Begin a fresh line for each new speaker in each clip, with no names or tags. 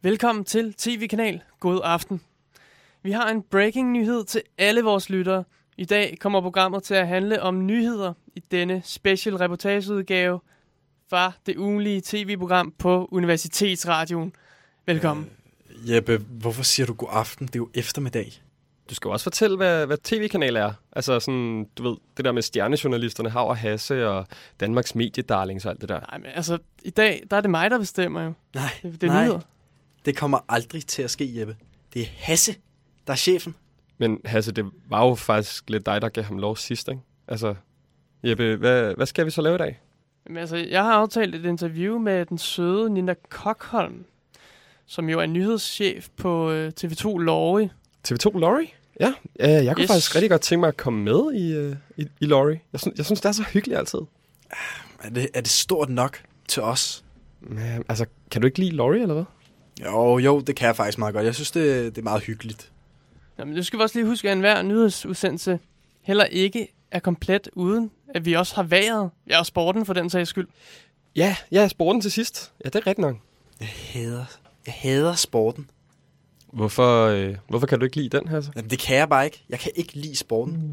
Velkommen til TV-kanal. God aften. Vi har en breaking nyhed til alle vores lyttere. I dag kommer programmet til at handle om nyheder i denne special reportageudgave fra det ugenlige tv-program på Universitetsradioen. Velkommen.
Jeppe, hvorfor siger du god aften? Det er jo eftermiddag.
Du skal jo også fortælle, hvad tv-kanal er. Altså sådan, du ved, det der med stjernejournalisterne, Hav og Hasse og Danmarks mediedarlings og alt det der.
Nej, men altså, i dag, der er det mig, der bestemmer jo.
Nej,
Det er nyheder.
det kommer aldrig til at ske, Jeppe. Det er Hasse, der er chefen.
Men Hasse, det var jo faktisk lidt dig, der gav ham lov sidst, ikke? Altså, Jeppe, hvad skal vi så lave i dag?
Men altså, jeg har aftalt et interview med den søde Nina Kokholm, som jo er nyhedschef på TV2 Lorry.
TV2 Lorry? Ja, jeg kunne faktisk rigtig godt tænke mig at komme med i Lorry. Jeg synes, det er så hyggeligt altid.
Er det stort nok til os?
Men, altså, kan du ikke lide Lorry, eller hvad?
Jo, det kan jeg faktisk meget godt. Jeg synes, det er meget hyggeligt.
Jamen, det skal vi også lige huske, at enhver nyhedsudsendelse heller ikke er komplet, uden at vi også har vejret. Ja, og sporten for den sags skyld.
Ja, sporten til sidst. Ja, det er rigtigt nok.
Jeg hader sporten.
Hvorfor kan du ikke lide den, Hasse?
Jamen, det kan jeg bare ikke. Jeg kan ikke lide sporten.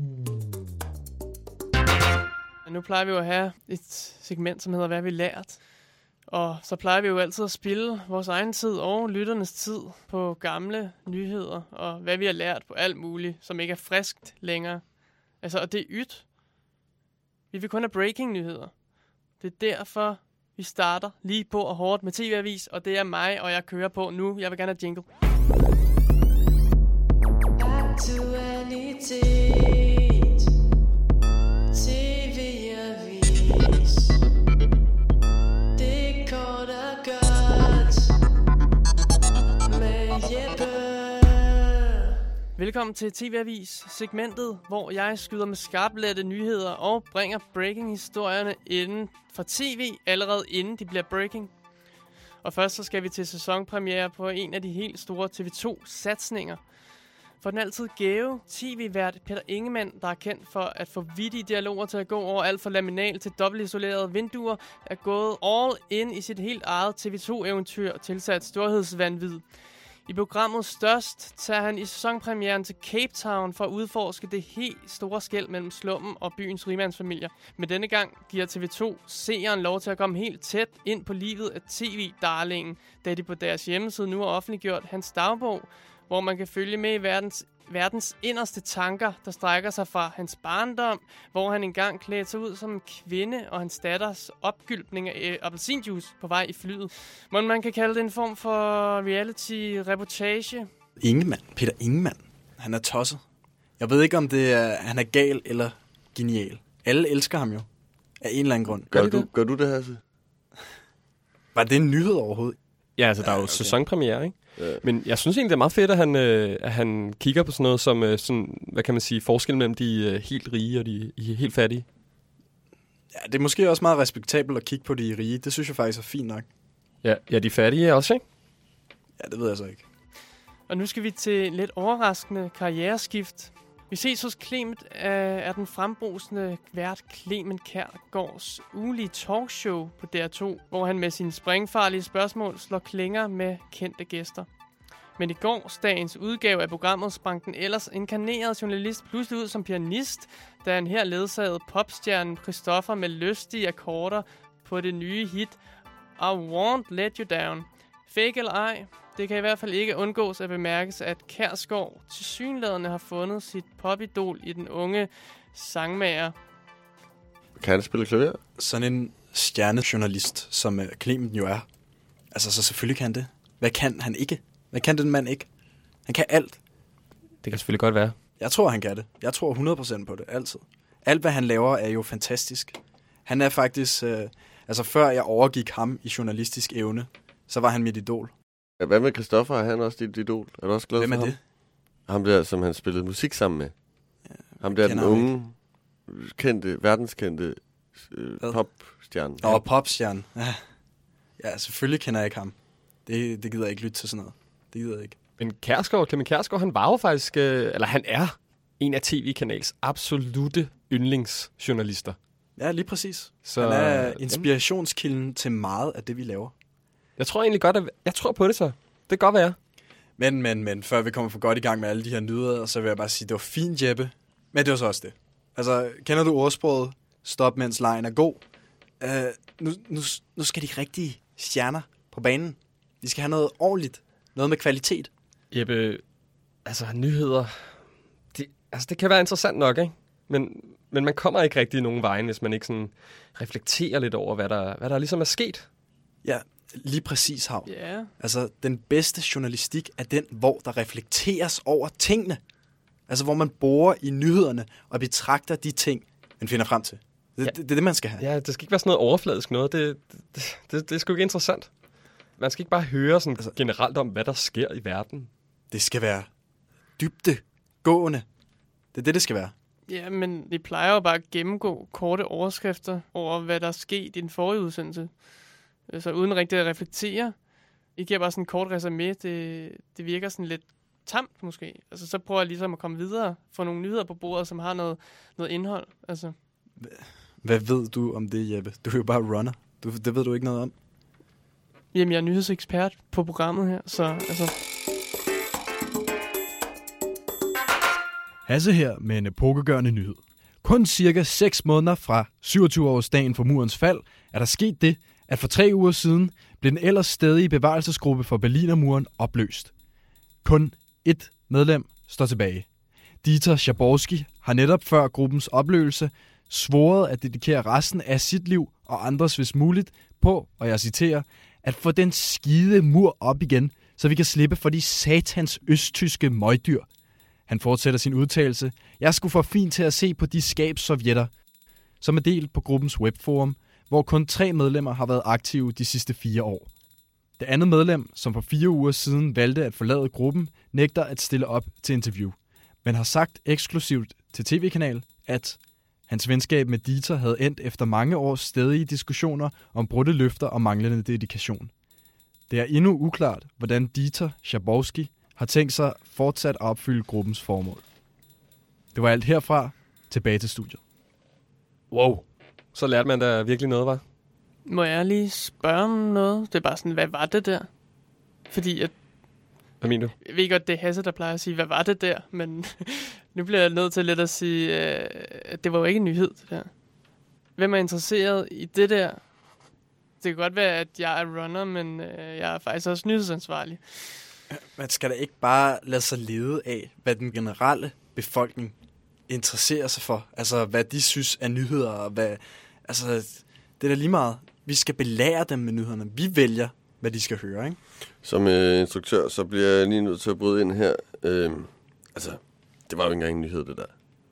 Nu plejer vi jo at have et segment, som hedder Hvad vi lært. Og så plejer vi jo altid at spille vores egen tid og lytternes tid på gamle nyheder, og hvad vi har lært på alt muligt, som ikke er friskt længere. Altså, og det er ydt. Vi vil kun have breaking-nyheder. Det er derfor, vi starter lige på og hårdt med TV-avis, og det er mig, og jeg kører på nu. Jeg vil gerne have jingle. Aktualitet. TV-avis. Det er kort og godt. Med Jeppe. Velkommen til TV-avis, segmentet, hvor jeg skyder med skarplette nyheder og bringer breaking-historierne inden for tv, allerede inden de bliver breaking. Og først så skal vi til sæsonpremiere på en af de helt store TV2-satsninger. For den altid gæve tv-vært Peter Ingemann, der er kendt for at få vittige dialoger til at gå over alt fra laminal til dobbeltisolerede vinduer, er gået all in i sit helt eget TV2-eventyr tilsat storhedsvanvid. I programmet Størst tager han i sæsonpremieren til Cape Town for at udforske det helt store skel mellem slummen og byens rigmandsfamilier. Men denne gang giver TV2 seeren lov til at komme helt tæt ind på livet af tv-darlingen, da de på deres hjemmeside nu har offentliggjort hans dagbog, hvor man kan følge med i verdens inderste tanker, der strækker sig fra hans barndom, hvor han engang klædte sig ud som en kvinde, og hans datters opgylpning af appelsinjuice på vej i flyet. Men man kan kalde det en form for reality-reportage.
Peter Ingemann, han er tosset. Jeg ved ikke, om han er gal eller genial. Alle elsker ham jo, af en eller anden grund.
Gør du det, Hasse?
Var det en nyhed overhovedet?
Ja, altså, der er jo sæsonpremiere, ikke? Ja. Men jeg synes egentlig, det er meget fedt, at han kigger på sådan noget som, sådan, hvad kan man sige, forskel mellem de helt rige og de helt fattige.
Ja, det er måske også meget respektabelt at kigge på de rige. Det synes jeg faktisk er fint nok.
Ja, de fattige også, ikke?
Ja, det ved jeg så ikke.
Og nu skal vi til lidt overraskende karriereskift. Vi ses hos Clement er den frembrusende vært Clement Kjærgaards ugenlige talkshow på DR2, hvor han med sine springfarlige spørgsmål slår klinger med kendte gæster. Men i gårsdagens udgave af programmet sprang den ellers inkarnerede journalist pludselig ud som pianist, da han her ledsagede popstjernen Christoffer med lystige akkorder på det nye hit I Won't Let You Down. Fake eller ej, det kan i hvert fald ikke undgås at bemærkes, at Kjærsgaard tilsyneladende har fundet sit popidol i den unge sangmager.
Kan han spille klaver?
Sådan en stjernejournalist, som Clement jo er. Altså, så selvfølgelig kan han det. Hvad kan han ikke? Hvad kan den mand ikke? Han kan alt.
Det kan selvfølgelig godt være.
Jeg tror, han kan det. Jeg tror 100% på det, altid. Alt, hvad han laver, er jo fantastisk. Han er faktisk... altså, før jeg overgik ham i journalistisk evne, så var han mit idol.
Ja, hvad med Christoffer? Er han også dit idol? Er du også glad
Hvem
for
er
ham?
det?
Ham der, som han spillede musik sammen med. Ja, ham der, den unge, verdenskendte popstjerne.
Popstjerne. Ja, selvfølgelig kender jeg ikke ham. Det gider jeg ikke lytte til sådan noget. Det gider jeg ikke.
Men Clement Kjærsgaard, han var jo faktisk, han er en af TV-kanals absolute yndlingsjournalister.
Ja, lige præcis.
Så,
han er inspirationskilden til meget af det, vi laver.
Jeg tror egentlig godt, jeg tror på det så. Det kan godt være.
Men før vi kommer for godt i gang med alle de her nyheder, så vil jeg bare sige, det var fint, Jeppe. Men det var så også det. Altså, kender du ordsproget? Stop, mens lejen er god. Nu skal de rigtige stjerner på banen. De skal have noget ordentligt. Noget med kvalitet.
Jeppe, altså nyheder, det kan være interessant nok, ikke? Men man kommer ikke rigtig nogen vejen, hvis man ikke sådan reflekterer lidt over, hvad der ligesom er sket.
Ja, lige præcis, Hav.
Yeah.
Altså, den bedste journalistik er den, hvor der reflekteres over tingene. Altså, hvor man borer i nyhederne og betragter de ting, man finder frem til. Det er det, man skal have.
Ja, det skal ikke være sådan noget overfladisk noget. Det er sgu ikke interessant. Man skal ikke bare høre sådan generelt om, hvad der sker i verden.
Det skal være dybdegående. Det er det skal være.
Ja, men vi plejer jo bare at gennemgå korte overskrifter over, hvad der er sket i den forrige udsendelse. Så uden rigtig at reflektere. I giver bare sådan en kort resumé. Det virker sådan lidt tamt måske. Altså, så prøver jeg ligesom at komme videre, få nogle nyheder på bordet, som har noget indhold. Altså.
Hvad ved du om det, Jeppe? Du er jo bare runner. Det ved du ikke noget om.
Jamen, jeg er nyhedsekspert på programmet her, så altså.
Hasse her med en epokegørende nyhed. Kun cirka 6 måneder fra 27-årsdagen for murens fald er der sket det, at for 3 uger siden blev den ellers stadige bevarelsesgruppe for Berlinermuren opløst. Kun ét medlem står tilbage. Dieter Schabowski har netop før gruppens opløselse svoret at dedikere resten af sit liv og andres hvis muligt på, og jeg citerer, at få den skide mur op igen, så vi kan slippe for de satans østtyske møgdyr. Han fortsætter sin udtalelse. Jeg skulle få fint til at se på de skabssovjetter, som er delt på gruppens webforum, hvor kun 3 medlemmer har været aktive de sidste 4 år. Det andet medlem, som for 4 uger siden valgte at forlade gruppen, nægter at stille op til interview, men har sagt eksklusivt til TV-kanal, at hans venskab med Dieter havde endt efter mange års stædige diskussioner om brudte løfter og manglende dedikation. Det er endnu uklart, hvordan Dieter Schabowski har tænkt sig fortsat at opfylde gruppens formål. Det var alt herfra. Tilbage til studiet.
Wow. Så lærte man da virkelig noget, var?
Må jeg lige spørge om noget? Det er bare sådan, hvad var det der? Fordi at...
Hvad mener du?
Jeg ved godt, det er Hasse, der plejer at sige, hvad var det der? Men nu bliver jeg nødt til lidt at sige, at det var jo ikke en nyhed, det der. Hvem er interesseret i det der? Det kan godt være, at jeg er runner, men jeg er faktisk også nyhedsansvarlig.
Man skal da ikke bare lade sig lede af, hvad den generelle befolkning interesserer sig for. Altså, hvad de synes er nyheder, og hvad... Altså, det er da lige meget. Vi skal belære dem med nyhederne. Vi vælger, hvad de skal høre, ikke?
Som instruktør, så bliver jeg lige nødt til at bryde ind her. Altså, det var jo ikke engang en nyhed, det der.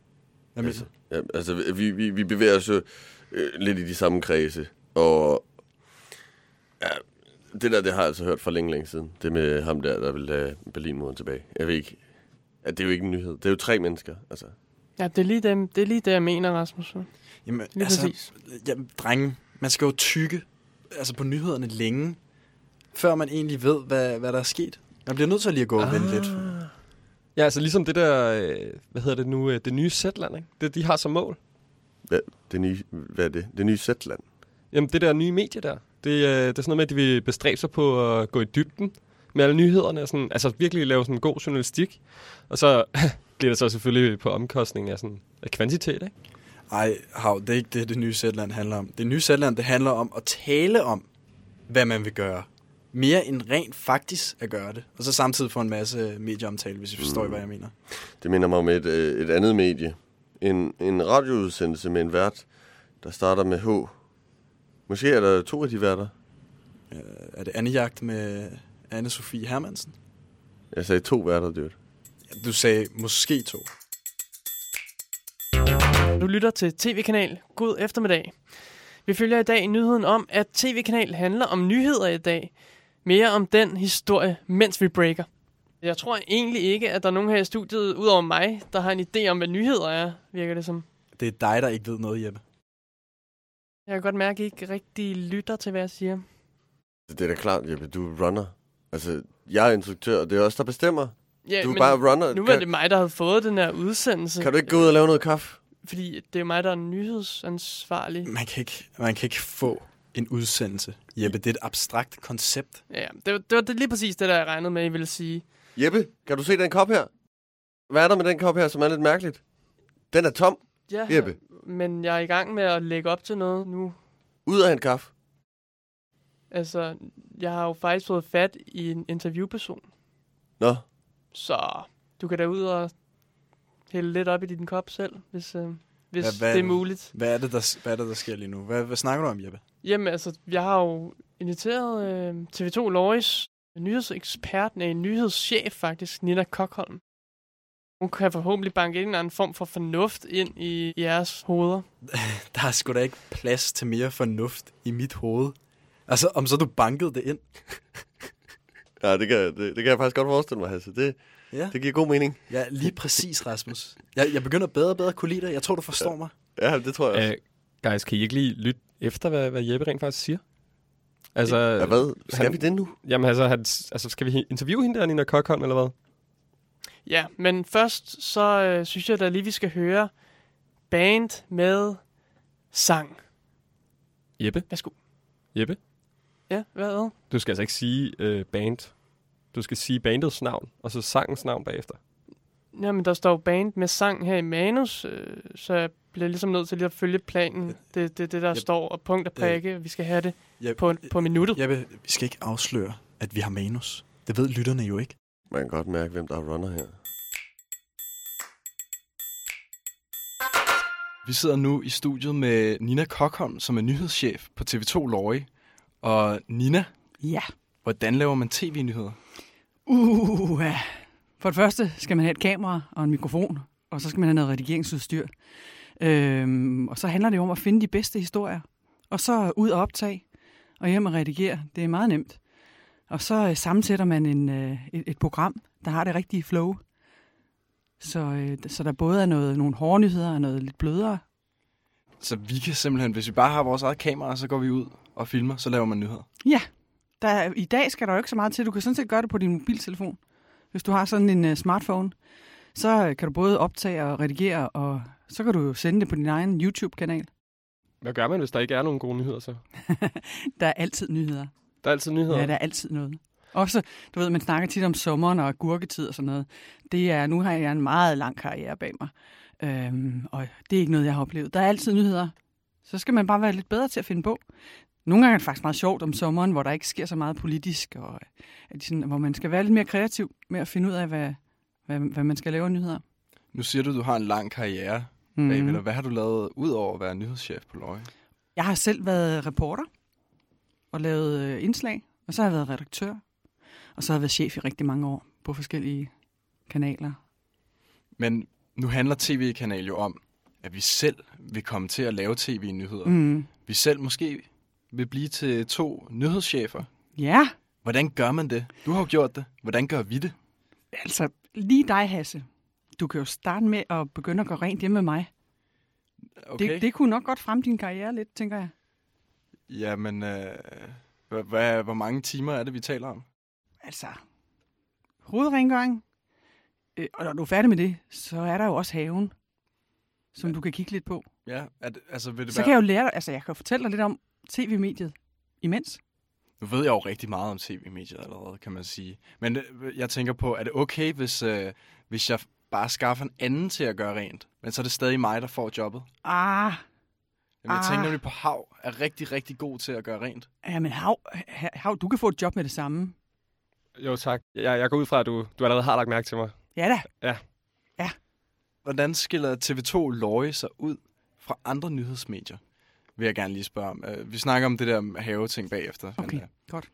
Altså, vi bevæger os jo lidt i de samme kredse, og ja, det der, det har jeg altså hørt for længe siden. Det med ham der vil have Berlinmuren tilbage. Jeg ved ikke, at det er jo ikke en nyhed. Det er jo 3 mennesker, altså.
Ja, det er lige det, jeg mener, Rasmus.
Jamen,
lige
altså, drenge, man skal jo tykke på nyhederne længe, før man egentlig ved, hvad der er sket. Man bliver nødt til at lige at gå og vente lidt.
Ja, altså ligesom det der, hvad hedder det nu, det nye Zetland, ikke? Det, de har som mål.
Ja, hvad er det? Det nye Zetland?
Jamen, det der nye medie der. Det er sådan noget med, at de vil bestræbe sig på at gå i dybden med alle nyhederne. Sådan, altså virkelig lave sådan en god journalistik. Og så bliver det så selvfølgelig på omkostning af kvantitet, ikke?
Ej, Hav, det er ikke det nye Zetland handler om. Det nye Zetland, det handler om at tale om, hvad man vil gøre. Mere end rent faktisk at gøre det. Og så samtidig få en masse medieomtale, hvis I forstår, hvad jeg mener.
Det minder mig om et andet medie. En radioudsendelse med en vært, der starter med H. Måske er der 2 af de værter.
Er det Annejagt med Anne-Sophie Hermansen?
Jeg sagde 2 værter, det.
Du sagde måske 2.
Du lytter til TV-kanal. God eftermiddag. Vi følger i dag nyheden om, at TV-kanal handler om nyheder i dag. Mere om den historie, mens vi breaker. Jeg tror egentlig ikke, at der er nogen her i studiet, udover mig, der har en idé om, hvad nyheder er, virker det som.
Det er dig, der ikke ved noget, Jeppe.
Jeg kan godt mærke, at I ikke rigtig lytter til, hvad jeg siger.
Det er da klart, Jeppe. Du er runner. Altså, jeg er instruktør, og det er også der bestemmer.
Ja,
du er bare runner.
Nu var det mig, der havde fået den her udsendelse.
Kan du ikke gå ud og lave noget kaffe?
Fordi det er mig, der er nyhedsansvarlig.
Man kan ikke få en udsendelse. Jeppe, det er et abstrakt koncept.
Ja, det var lige præcis det, der jeg regnede med, I ville sige.
Jeppe, kan du se den kop her? Hvad er der med den kop her, som er lidt mærkeligt? Den er tom.
Ja,
Jeppe.
men jeg er i gang med at lægge op til noget nu.
Ud af en kaffe.
Altså, jeg har jo faktisk fået fat i en interviewperson.
Nå,
Så du kan da ud og hælde lidt op i din kop selv, hvis
Hvad-
det er muligt.
Hvad er det, der sker lige nu? Hvad snakker du om, Jeppe?
Jamen, altså, jeg har jo inviteret TV2 Loris nyhedsekspert, nyhedschef faktisk, Nina Kokholm. Hun kan forhåbentlig banke en eller anden form for fornuft ind i jeres hoveder.
Der er sgu da ikke plads til mere fornuft i mit hoved. Altså, om så du bankede det ind.
ja, det kan jeg faktisk godt forestille mig, Hasse. Det giver god mening.
Ja, lige præcis, Rasmus. Jeg begynder bedre og bedre at kunne lide dig. Jeg tror, du forstår mig.
Ja, det tror jeg også.
Guys, kan I ikke lige lytte efter, hvad Jeppe rent faktisk siger? Altså,
Ja, hvad? Skal vi det nu?
Jamen altså, skal vi interviewe hende der, Nina Kokholm, eller hvad?
Ja, men først så synes jeg da lige, vi skal høre band med sang.
Jeppe?
Værsgo.
Jeppe?
Ja, hvad?
Du skal altså ikke sige band. Du skal sige bandets navn, og så sangens navn bagefter.
Jamen, der står band med sang her i manus, så jeg bliver ligesom nødt til lige at følge planen. Det der står, og punkt og prikke, vi skal have det på minuttet.
Jeppe, vi skal ikke afsløre, at vi har manus. Det ved lytterne jo ikke.
Man kan godt mærke, hvem der er runner her.
Vi sidder nu i studiet med Nina Kokholm, som er nyhedschef på TV2 Lorry. Og Nina,
Ja.
hvordan laver man tv-nyheder?
For det første skal man have et kamera og en mikrofon, og så skal man have noget redigeringsudstyr. Og så handler det jo om at finde de bedste historier, og så ud og optage, og hjem og redigere. Det er meget nemt. Og sammensætter man et program, der har det rigtige flow. Så der både er nogle hårde nyheder og noget lidt blødere.
Så vi kan simpelthen, hvis vi bare har vores eget kamera, så går vi ud og filmer, så laver man nyheder.
Ja, i dag skal der jo ikke så meget til. Du kan sådan set gøre det på din mobiltelefon. Hvis du har sådan en smartphone, så kan du både optage og redigere, og så kan du jo sende det på din egen YouTube-kanal.
Hvad gør man, hvis der ikke er nogen gode nyheder så?
Der er altid nyheder.
Der er altid nyheder?
Ja, der er altid noget. Også, du ved, man snakker tit om sommeren og agurketid og sådan noget. Nu har jeg en meget lang karriere bag mig, og det er ikke noget, jeg har oplevet. Der er altid nyheder. Så skal man bare være lidt bedre til at finde på. Nogle gange er det faktisk meget sjovt om sommeren, hvor der ikke sker så meget politisk, og hvor man skal være lidt mere kreativ med at finde ud af, hvad man skal lave af nyheder.
Nu siger du har en lang karriere bagved dig. Hvad har du lavet ud over at være nyhedschef på Lorry?
Jeg har selv været reporter og lavet indslag, og så har jeg været redaktør, og så har jeg været chef i rigtig mange år på forskellige kanaler.
Men nu handler tv-kanal jo om, at vi selv vil komme til at lave tv-nyheder. Vi selv måske vil blive til 2 nyhedschefer.
Ja.
Hvordan gør man det? Du har jo gjort det. Hvordan gør vi det?
Altså, lige dig, Hasse. Du kan jo starte med at begynde at gå rent hjemme med mig.
Okay.
Det kunne nok godt fremme din karriere lidt, tænker jeg.
Jamen, hvor mange timer er det, vi taler om?
Altså, hovedrengøring. Og når du er færdig med det, så er der jo også haven, som du kan kigge lidt på.
Ja, vil det
så kan jeg jo lære dig, jeg kan jo fortælle dig lidt om tv-mediet imens.
Nu ved jeg jo rigtig meget om tv-mediet allerede, kan man sige. Men jeg tænker på, er det okay, hvis jeg bare skaffer en anden til at gøre rent, men så er det stadig mig, der får jobbet?
Jamen,
jeg tænker nemlig på, Hav er rigtig, rigtig god til at gøre rent.
Jamen, Hav, du kan få et job med det samme.
Jo, tak. Jeg går ud fra, at du allerede har lagt mærke til mig.
Ja da.
Ja.
Hvordan skiller TV2 Lorry sig ud fra andre nyhedsmedier? Vil jeg gerne lige spørge om. Vi snakker om det der have-ting bagefter.
Okay, godt.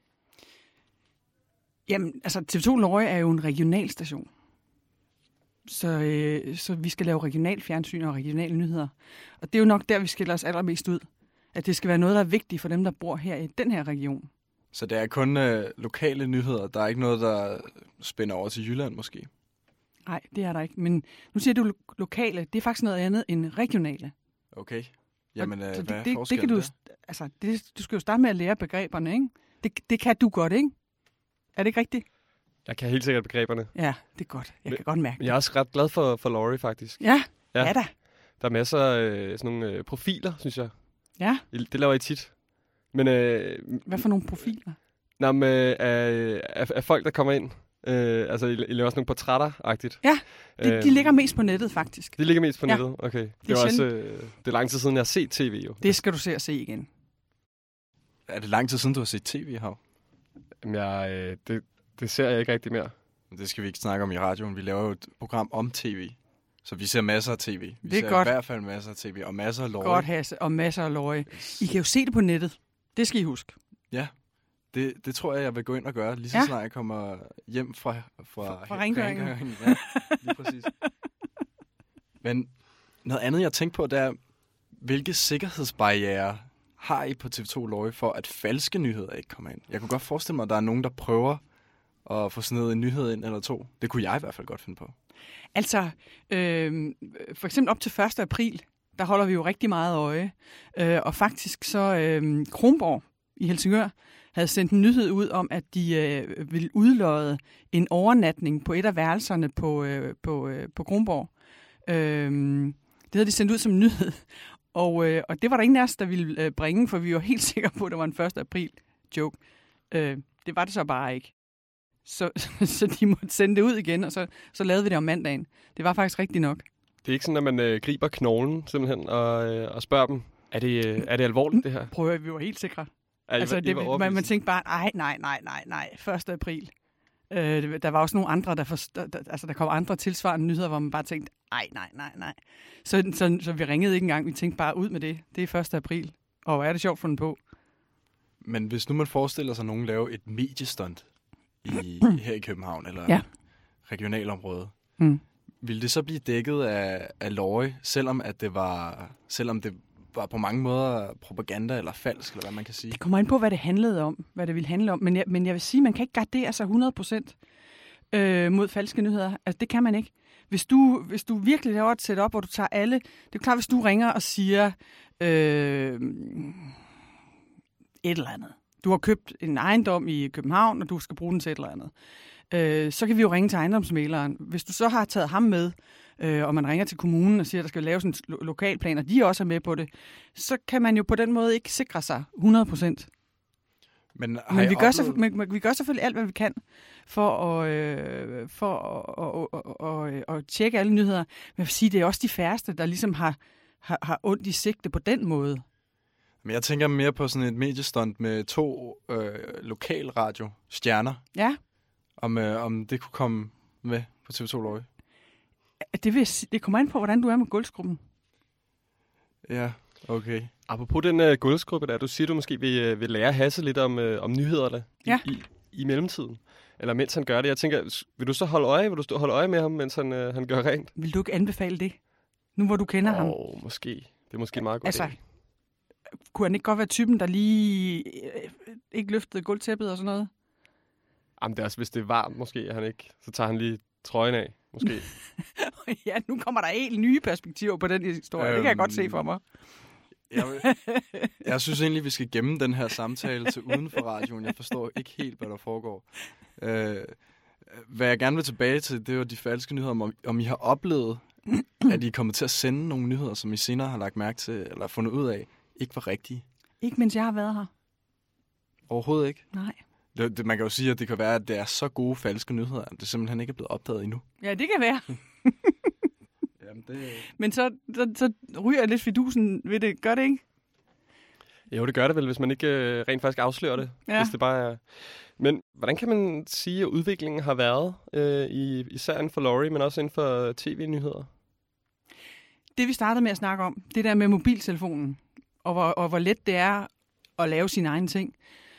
Jamen, altså TV2 Lorry er jo en regionalstation. Så vi skal lave regional fjernsyn og regionale nyheder. Og det er jo nok der, vi skiller os allermest ud. At det skal være noget, der er vigtigt for dem, der bor her i den her region.
Så det er kun lokale nyheder? Der er ikke noget, der spænder over til Jylland måske?
Nej, det er der ikke. Men nu siger du lokale. Det er faktisk noget andet end regionale.
Okay. Jamen, hvad er
det kan du, altså, du skal jo starte med at lære begreberne, ikke? Det kan du godt, ikke? Er det ikke rigtigt?
Jeg kan helt sikkert begreberne.
Ja, det er godt. Jeg kan godt mærke det.
Jeg er også ret glad for Lorry, faktisk.
Ja da.
Der er masser af sådan nogle profiler, synes jeg.
Ja.
Det laver I tit. Men
Hvad for nogle profiler?
af folk, der kommer ind. Altså, I laver også nogle portrætter-agtigt.
Ja, de ligger mest på nettet, faktisk.
De ligger mest på
Ja.
nettet? Okay. Det er også det er lang tid siden, jeg har set tv, jo.
Det skal du se og se igen.
Er det lang tid siden, du har set tv, Hav?
Jamen, det ser jeg ikke rigtig mere.
Det skal vi ikke snakke om i radioen. Vi laver jo et program om tv. Så vi ser masser af tv. Vi
Det er
ser
godt.
i hvert fald masser af tv, og masser af Laurie.
Godt, Hasse, og masser af løje. I kan jo se det på nettet. Det skal I huske.
Det tror jeg vil gå ind og gøre, lige så snart jeg kommer hjem fra
rengøringen.
Ja, lige præcis. Men noget andet, jeg tænkte på, det er, hvilke sikkerhedsbarrierer har I på TV2 Laurie for, at falske nyheder ikke kommer ind? Jeg kunne godt forestille mig, at der er nogen, der prøver at få snedet en nyhed ind eller to. Det kunne jeg i hvert fald godt finde på.
Altså, for eksempel op til 1. april, der holder vi jo rigtig meget øje. Og faktisk så Kronborg i Helsingør havde sendt en nyhed ud om, at de ville udlodde en overnatning på et af værelserne på Kronborg. Det havde de sendt ud som en nyhed. Og det var der ingen af os, der ville bringe, for vi var helt sikre på, at det var en 1. april joke. Det var det så bare ikke. Så de måtte sende det ud igen, og så lavede vi det om mandagen. Det var faktisk rigtigt nok.
Det er ikke sådan, at man griber knoglen simpelthen og spørger dem, er det alvorligt, det her?
Prøv at vi var helt sikre. Altså, man tænkte bare, nej, 1. april. Der var også nogle andre, der kom andre tilsvarende nyheder, hvor man bare tænkte, nej. Så vi ringede ikke engang, vi tænkte bare ud med det. Det er 1. april, og er det sjovt fundet på.
Men hvis nu man forestiller sig, at nogen laver et mediestunt her i København, eller regionalområdet, ville det så blive dækket af Laurie, selvom det var på mange måder propaganda eller falsk, eller hvad man kan sige?
Det kommer ind på, hvad det handlede om, hvad det ville handle om. Men jeg vil sige, man kan ikke gardere sig 100% mod falske nyheder. Altså, det kan man ikke. Hvis du virkelig laver et setup, hvor du tager alle... Det er klart, hvis du ringer og siger et eller andet. Du har købt en ejendom i København, og du skal bruge den til et eller andet. Så kan vi jo ringe til ejendomsmægleren. Hvis du så har taget ham med, og man ringer til kommunen og siger, at der skal laves en lokalplan, og de også er med på det, så kan man jo på den måde ikke sikre sig 100%. Men vi gør selvfølgelig alt, hvad vi kan for at tjekke alle nyheder. Men jeg vil sige, det er også de færreste, der ligesom har ondt i sigte på den måde.
Men jeg tænker mere på sådan et mediestunt med 2 lokalradio-stjerner.
Ja.
Om det kunne komme med på TV2 Laurie.
Det kommer ind på, hvordan du er med gulvsgruppen.
Ja, okay.
Apropos den gulvsgruppe der, du siger, du måske vil lære Hasse lidt om nyhederne i mellemtiden. Eller mens han gør det. Jeg tænker, vil du så holde øje med ham, mens han gør rent?
Vil du ikke anbefale det? Nu hvor du kender ham.
Måske. Det er måske meget godt.
Altså, kunne han ikke godt være typen, der lige ikke løftede gulvtæppet og sådan noget?
Jamen, det er også, hvis det er varmt, måske han ikke. Så tager han lige trøjen af, måske.
Ja, nu kommer der helt nye perspektiver på den historie. Det kan jeg godt se for mig.
Jeg synes egentlig, vi skal gemme den her samtale til uden for radioen. Jeg forstår ikke helt, hvad der foregår. Hvad jeg gerne vil tilbage til, det var de falske nyheder. Om I har oplevet, at I er kommet til at sende nogle nyheder, som I senere har lagt mærke til, eller fundet ud af, ikke var rigtige?
Ikke mens jeg har været her.
Overhovedet ikke?
Nej.
Man kan jo sige, at det kan være, at det er så gode falske nyheder, at det simpelthen ikke er blevet opdaget endnu.
Ja, det kan være.
Jamen, det...
Men så ryger jeg lidt fidusen ved det. Gør det ikke?
Jo, det gør det vel, hvis man ikke rent faktisk afslører det.
Ja.
Hvis det bare er... Men hvordan kan man sige, at udviklingen har været, især inden for Laurie, men også inden for tv-nyheder?
Det vi startede med at snakke om, det der med mobiltelefonen, og hvor let det er at lave sine egne ting.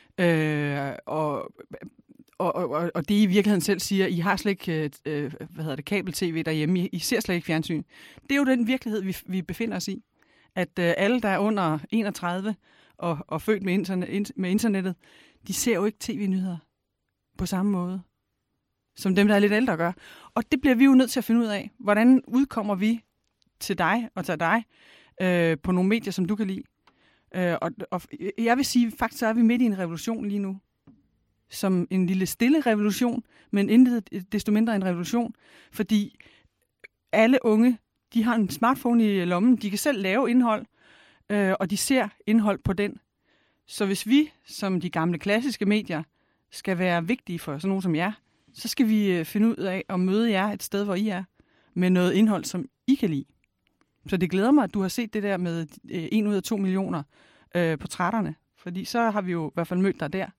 Og det I virkeligheden selv siger, I har slet ikke kabel-tv derhjemme, I ser slet ikke fjernsyn. Det er jo den virkelighed, vi befinder os i. At alle, der er under 31 og født med internettet, de ser jo ikke tv-nyheder på samme måde, som dem, der er lidt ældre gør. Og det bliver vi jo nødt til at finde ud af. Hvordan udkommer vi til dig og til dig på nogle medier, som du kan lide? Og jeg vil sige, faktisk så er vi midt i en revolution lige nu. Som en lille stille revolution, men intet desto mindre en revolution. Fordi alle unge, de har en smartphone i lommen, de kan selv lave indhold, og de ser indhold på den. Så hvis vi, som de gamle klassiske medier, skal være vigtige for sådan nogen som jer, så skal vi finde ud af at møde jer et sted, hvor I er, med noget indhold, som I kan lide. Så det glæder mig, at du har set det der med 1 ud af 2 millioner portrætterne. Fordi så har vi jo i hvert fald mødt dig der.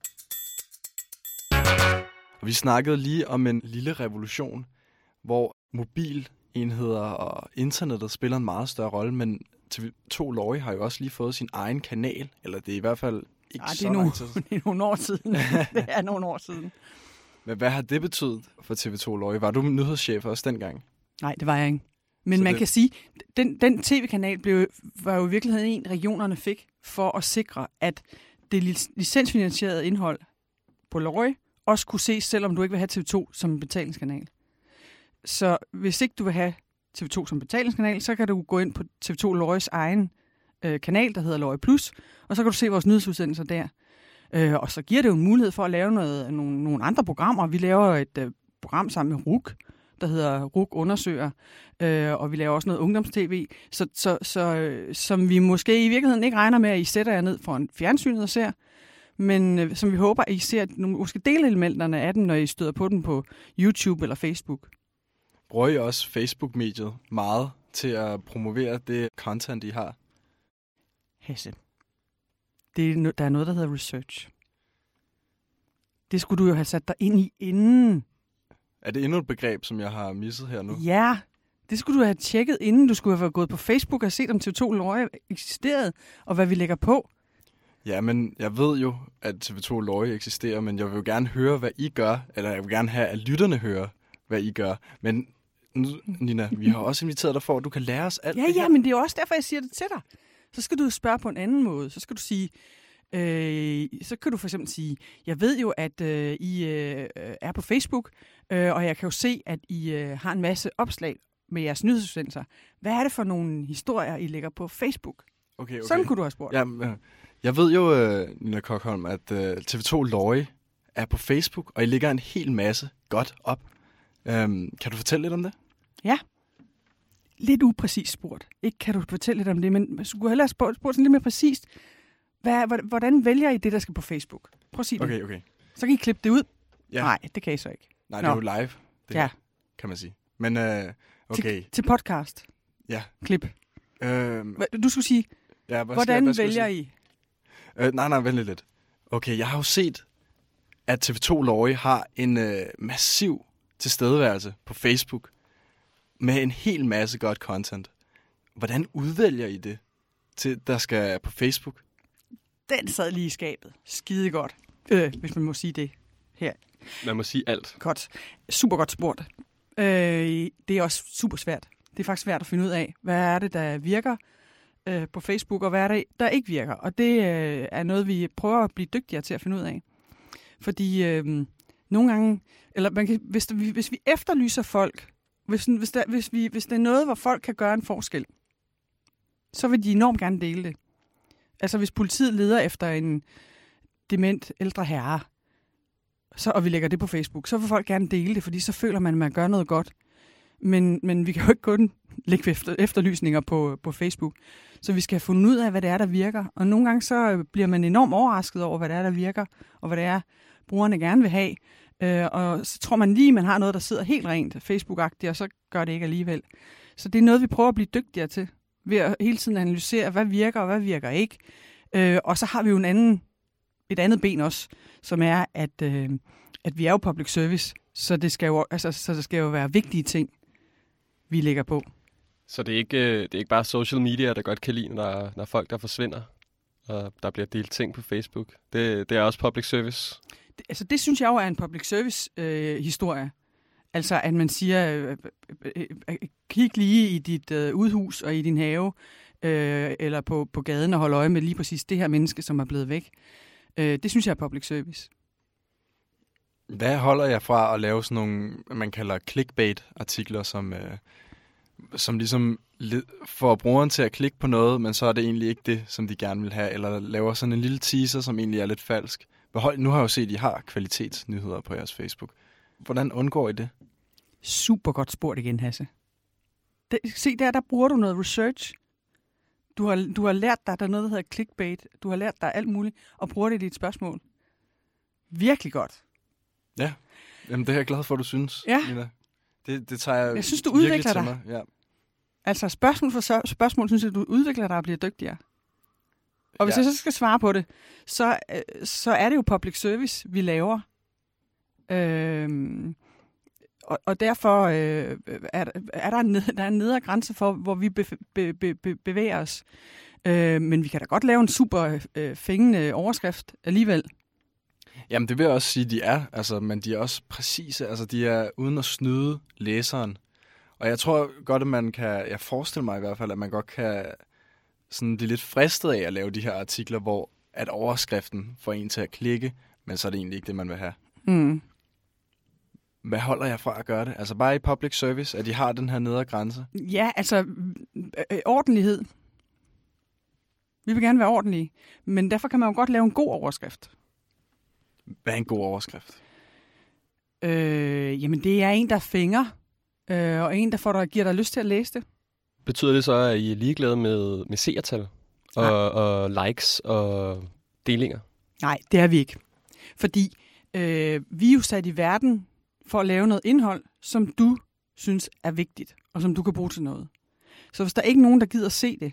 Vi snakkede lige om en lille revolution, hvor mobilenheder og internettet spiller en meget større rolle, men TV2 Lorry har jo også lige fået sin egen kanal, eller det er i hvert fald ikke så lang tid.
Det er nogle år siden. Det er nogle år siden.
Men hvad har det betydet for TV2 Lorry? Var du nyhedschef også dengang?
Nej, det var jeg ikke. Men man kan sige, den tv-kanal var jo i virkeligheden en, regionerne fik for at sikre, at det licensfinansierede indhold på Lorry også kunne ses, selvom du ikke vil have TV2 som en betalingskanal. Så hvis ikke du vil have TV2 som betalingskanal, så kan du gå ind på TV2 Lorrys egen kanal, der hedder Lorry Plus, og så kan du se vores nyhedsudsendelser der. Og så giver det jo en mulighed for at lave nogle andre programmer. Vi laver et program sammen med RUK, der hedder RUK Undersøger, og vi laver også noget ungdomstv, så som vi måske i virkeligheden ikke regner med, at I sætter jer ned foran fjernsynet og ser, men som vi håber, at I ser måske delelementerne af dem, når I støder på dem på YouTube eller Facebook.
Bruger I også Facebook-mediet meget til at promovere det content, I har?
Hasse, der er noget, der hedder research. Det skulle du jo have sat dig ind i inden.
Er det endnu et begreb, som jeg har misset her nu?
Ja, det skulle du have tjekket, inden du skulle have gået på Facebook og set, om TV2 Lorry eksisterede, og hvad vi lægger på.
Ja, men jeg ved jo, at TV2 Lorry eksisterer, men jeg vil jo gerne høre, hvad I gør, eller jeg vil gerne have, at lytterne hører, hvad I gør. Men nu, Nina, vi har også inviteret dig for, at du kan lære os alt det her.
Ja, men det er jo også derfor, jeg siger det til dig. Så skal du spørge på en anden måde. Så skal du sige, så kan du for eksempel sige, jeg ved jo, at I er på Facebook, og jeg kan jo se, at I har en masse opslag med jeres nyhedsudsendelser. Hvad er det for nogle historier, I lægger på Facebook?
Okay.
Sådan kunne du have spurgt.
Ja, jeg ved jo, Nina Kokholm, at TV2 Lorry er på Facebook, og I lægger en hel masse godt op. Kan du fortælle lidt om det?
Ja. Lidt upræcist spurgt. Ikke kan du fortælle lidt om det, men du skulle hellere spurgt sådan lidt mere præcist. Hvordan vælger I det, der skal på Facebook? Prøv at sige det.
Okay.
Så kan I klippe det ud.
Ja.
Nej, det kan I så ikke.
Nej, det er jo live. Det
ja.
Kan man sige. Men okay.
Til podcast.
Ja.
Klip. Du skulle sige,
ja,
hvordan vælger I?
Nej, vent lidt. Okay, jeg har jo set, at TV2 Lorry har en massiv tilstedeværelse på Facebook med en hel masse godt content. Hvordan udvælger I det, der skal på Facebook?
Den sad lige i skabet. Skide godt. Hvis man må sige det her.
Man må sige alt.
Godt. Super godt spurgt. Det er også super svært. Det er faktisk svært at finde ud af, hvad er det, der virker på Facebook, og hvad er det, der ikke virker. Og det er noget, vi prøver at blive dygtigere til at finde ud af. Fordi nogle gange, eller hvis vi efterlyser folk, hvis det er noget, hvor folk kan gøre en forskel, så vil de enormt gerne dele det. Altså hvis politiet leder efter en dement ældre herre, og vi lægger det på Facebook, så vil folk gerne dele det, fordi så føler man, at man gør noget godt. Men vi kan jo ikke kun lægge efterlysninger på Facebook. Så vi skal have fundet ud af, hvad det er, der virker. Og nogle gange så bliver man enormt overrasket over, hvad det er, der virker, og hvad det er, brugerne gerne vil have. Og så tror man lige, man har noget, der sidder helt rent Facebook-agtigt, og så gør det ikke alligevel. Så det er noget, vi prøver at blive dygtigere til, ved at hele tiden analysere, hvad virker og hvad virker ikke. Og så har vi jo et andet ben også, som er, at vi er jo public service, så det skal jo være vigtige ting, vi lægger på. Så
det er ikke bare social media, der godt kan lide, når folk der forsvinder, og der bliver delt ting på Facebook. Det er også public service.
Det synes jeg jo er en public service historie. Altså at man siger, kig lige i dit udhus og i din have, eller på gaden og holde øje med lige præcis det her menneske, som er blevet væk. Det synes jeg er public service.
Hvad holder jeg fra at lave sådan nogle, man kalder clickbait-artikler, som ligesom får brugeren til at klikke på noget, men så er det egentlig ikke det, som de gerne vil have, eller laver sådan en lille teaser, som egentlig er lidt falsk. Nu har jeg jo set, at I har kvalitetsnyheder på jeres Facebook. Hvordan undgår I det? Super
godt spurgt igen, Hasse. Se, der bruger du noget research. Du har lært dig, der er noget, der hedder clickbait. Du har lært dig alt muligt, og bruger det i dit spørgsmål. Virkelig godt.
Ja, jamen det er jeg glad for, du synes,
Ja.
Nina. Det tager jeg
synes, du
virkelig
udvikler
til
dig.
mig. Ja.
Altså spørgsmål for spørgsmål, synes jeg, du udvikler dig og bliver dygtigere. Og hvis
Ja.
jeg så skal svare på det, så er det jo public service, vi laver. Og derfor er der en nedre grænse for, hvor vi bevæger os. Men vi kan da godt lave en super fængende overskrift alligevel.
Jamen det vil jeg også sige, de er, altså, men de er også præcise, altså de er uden at snyde læseren. Og jeg tror godt, at man kan, jeg forestiller mig i hvert fald, at man godt kan sådan blive lidt fristet af at lave de her artikler, hvor at overskriften får en til at klikke, men så er det egentlig ikke det, man vil have.
Mm.
Hvad holder jeg fra at gøre det? Altså bare i public service, at de har den her nedre grænse?
Ja, altså ordentlighed. Vi vil gerne være ordentlige, men derfor kan man jo godt lave en god overskrift.
Hvad er en god overskrift?
Jamen det er en, der fænger, og en, der giver dig lyst til at læse det.
Betyder det så, at I er ligeglade med seertal og likes og delinger?
Nej, det er vi ikke. Fordi vi er jo sat i verden for at lave noget indhold, som du synes er vigtigt, og som du kan bruge til noget. Så hvis der er ikke nogen, der gider se det,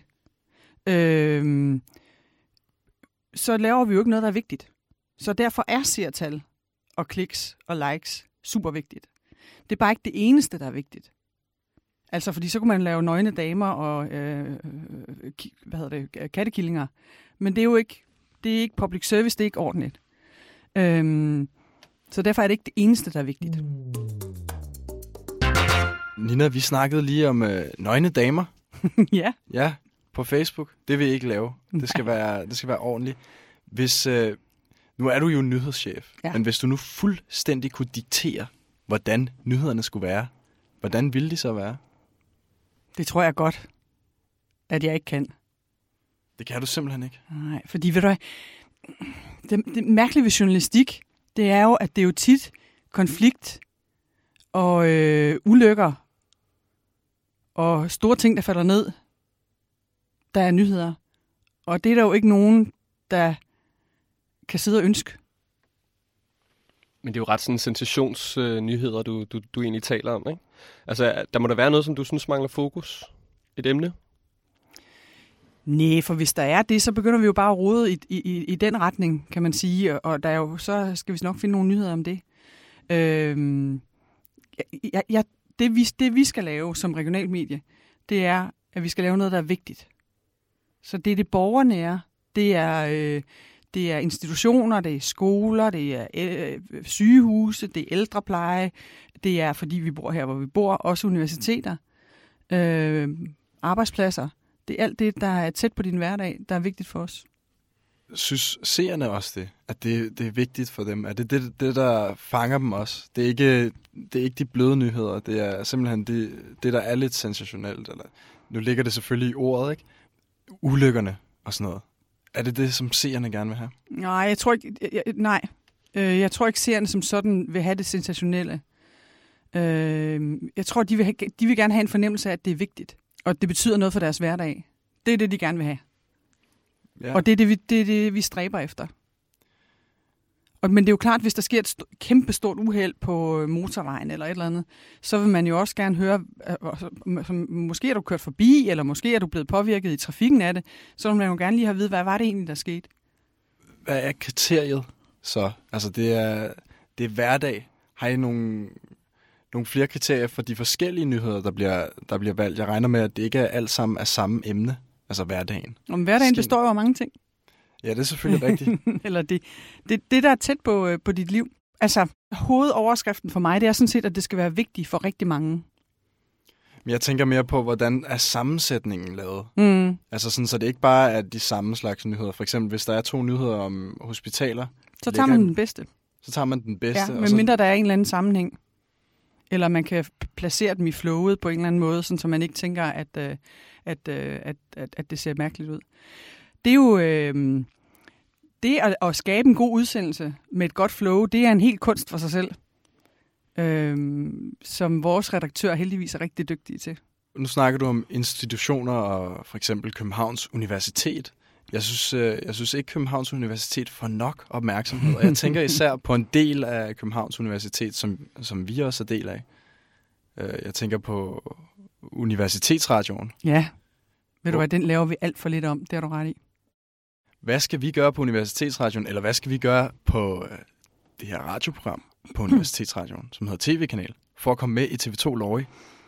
så laver vi jo ikke noget, der er vigtigt. Så derfor er seertal og kliks og likes super vigtigt. Det er bare ikke det eneste, der er vigtigt. Altså, fordi så kunne man lave nøgne damer og kattekillinger. Men det er jo ikke, det er ikke public service, det er ikke ordentligt. Så derfor er det ikke det eneste, der er vigtigt.
Nina, vi snakkede lige om nøgne damer.
Ja.
Ja, på Facebook. Det vil I ikke lave. Det skal være ordentligt. Hvis, nu er du jo nyhedschef, men hvis du nu fuldstændig kunne diktere, hvordan nyhederne skulle være, hvordan ville de så være?
Det tror jeg godt, at jeg ikke kan.
Det kan du simpelthen ikke.
Nej, fordi ved du hvad, det mærkelige ved journalistik, det er jo, at det er jo tit konflikt og ulykker og store ting, der falder ned, der er nyheder. Og det er der jo ikke nogen, der kan sidde og ønske.
Men det er jo ret sådan sensationsnyheder, du egentlig taler om, ikke? Altså, der må der være noget, som du synes mangler fokus? Et emne?
Nej, for hvis der er det, så begynder vi jo bare at rode i den retning, kan man sige. Og der er jo, så skal vi nok finde nogle nyheder om det. Det vi skal lave som regionalt medie, det er, at vi skal lave noget, der er vigtigt. Så det er det borgernære. Det er institutioner, det er skoler, det er sygehuse, det er ældrepleje. Det er, fordi vi bor her, hvor vi bor, også universiteter, arbejdspladser. Det er alt det, der er tæt på din hverdag, der er vigtigt for os.
Synes seerne også det? At det er vigtigt for dem? Er det der fanger dem også? Det er ikke de bløde nyheder. Det er simpelthen det der er lidt sensationelt. Eller, nu ligger det selvfølgelig i ordet, ikke? Ulykkerne og sådan noget. Er det, som seerne gerne vil have?
Nej, jeg tror ikke. Jeg tror ikke, seerne som sådan vil have det sensationelle. Jeg tror, de vil gerne have en fornemmelse af, at det er vigtigt. Og det betyder noget for deres hverdag. Det er det, de gerne vil have. Ja. Og det er det, vi stræber efter. Men det er jo klart, hvis der sker et kæmpe stort uheld på motorvejen eller et eller andet, så vil man jo også gerne høre, måske er du kørt forbi, eller måske er du blevet påvirket i trafikken af det, så vil man jo gerne lige have at vide, hvad var det egentlig, der skete?
Hvad er kriteriet så? Altså det er hverdag. Har I nogle flere kriterier for de forskellige nyheder, der bliver valgt? Jeg regner med, at det ikke er alt sammen af samme emne, altså hverdagen.
Om hverdagen består jo af mange ting.
Ja, det er selvfølgelig rigtigt.
Eller det, der er tæt på dit liv. Altså, hovedoverskriften for mig, det er sådan set, at det skal være vigtigt for rigtig mange.
Men jeg tænker mere på, hvordan er sammensætningen lavet? Mm. Altså sådan, så det ikke bare er de samme slags nyheder. For eksempel, hvis der er 2 nyheder om hospitaler. Så
tager man den bedste.
Så tager man den bedste.
Ja, medmindre der er en eller anden sammenhæng. Eller man kan placere dem i flowet på en eller anden måde, sådan, så man ikke tænker, at det ser mærkeligt ud. Det er jo det at skabe en god udsendelse med et godt flow, det er en helt kunst for sig selv, som vores redaktør heldigvis er rigtig dygtige til.
Nu snakker du om institutioner og for eksempel Københavns Universitet. Jeg synes ikke, Københavns Universitet får nok opmærksomhed. Og jeg tænker især på en del af Københavns Universitet, som vi også er del af. Jeg tænker på Universitetsradioen.
Ja, ved du hvad, den laver vi alt for lidt om. Det har du ret i.
Hvad skal vi gøre på Universitetsradioen, eller hvad skal vi gøre på det her radioprogram på Universitetsradioen, som hedder TV-kanal, for at komme med i TV2 Lorry?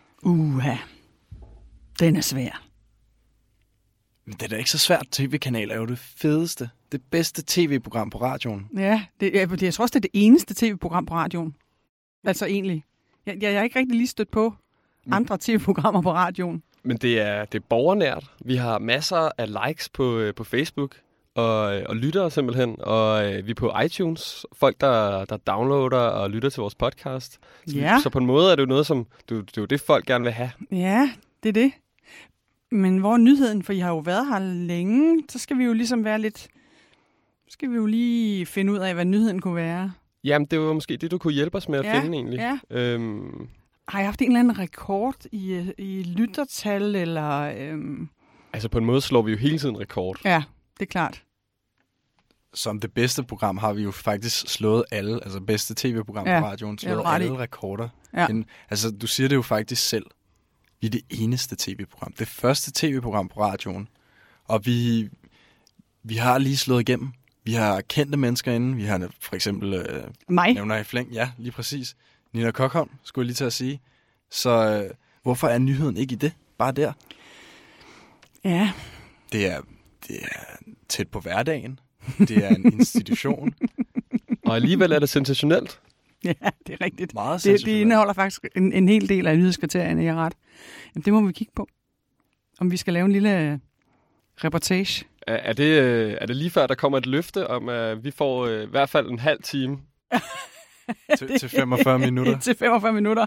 Den er svær.
Men det er da ikke så svært. TV-kanal er jo det fedeste, det bedste tv-program på radioen.
Ja, jeg tror også, det er det eneste tv-program på radioen. Altså egentlig. Jeg har ikke rigtig lige stødt på andre tv-programmer på radioen.
Men det er borgernært. Vi har masser af likes på Facebook og lytter simpelthen. Og vi er på iTunes. Folk, der downloader og lytter til vores podcast. Så på en måde er det jo noget, som det er jo det, folk gerne vil have.
Ja, det er det. Men hvor er nyheden? For I har jo været her længe. Så skal vi jo ligesom være lidt... skal vi jo lige finde ud af, hvad nyheden kunne være.
Jamen, det var måske det, du kunne hjælpe os med at finde egentlig.
Ja. Har I haft en eller anden rekord i lyttertal, eller...
Altså, på en måde slår vi jo hele tiden rekord.
Ja, det er klart.
Som det bedste program har vi jo faktisk slået alle, altså bedste tv-program på radioen, slået alle rekorder.
Ja.
Altså, du siger det jo faktisk selv. Vi er det eneste tv-program. Det første tv-program på radioen. Og vi har lige slået igennem. Vi har kendte mennesker inde. Vi har for eksempel...
Mig?
Nævner i flæng. Ja, lige præcis. Nina Kokholm, skulle jeg lige til at sige. Så hvorfor er nyheden ikke i det? Bare der.
Ja.
Det er tæt på hverdagen. Det er en institution.
Og alligevel er det sensationelt.
Ja, det er rigtigt.
Meget
det indeholder faktisk en hel del af nyhedskriterierne, jeg er ret. Jamen, det må vi kigge på. Om vi skal lave en lille reportage.
Er det lige før, der kommer et løfte om, at vi får i hvert fald en halv time?
til 45 minutter.
Til 45 minutter.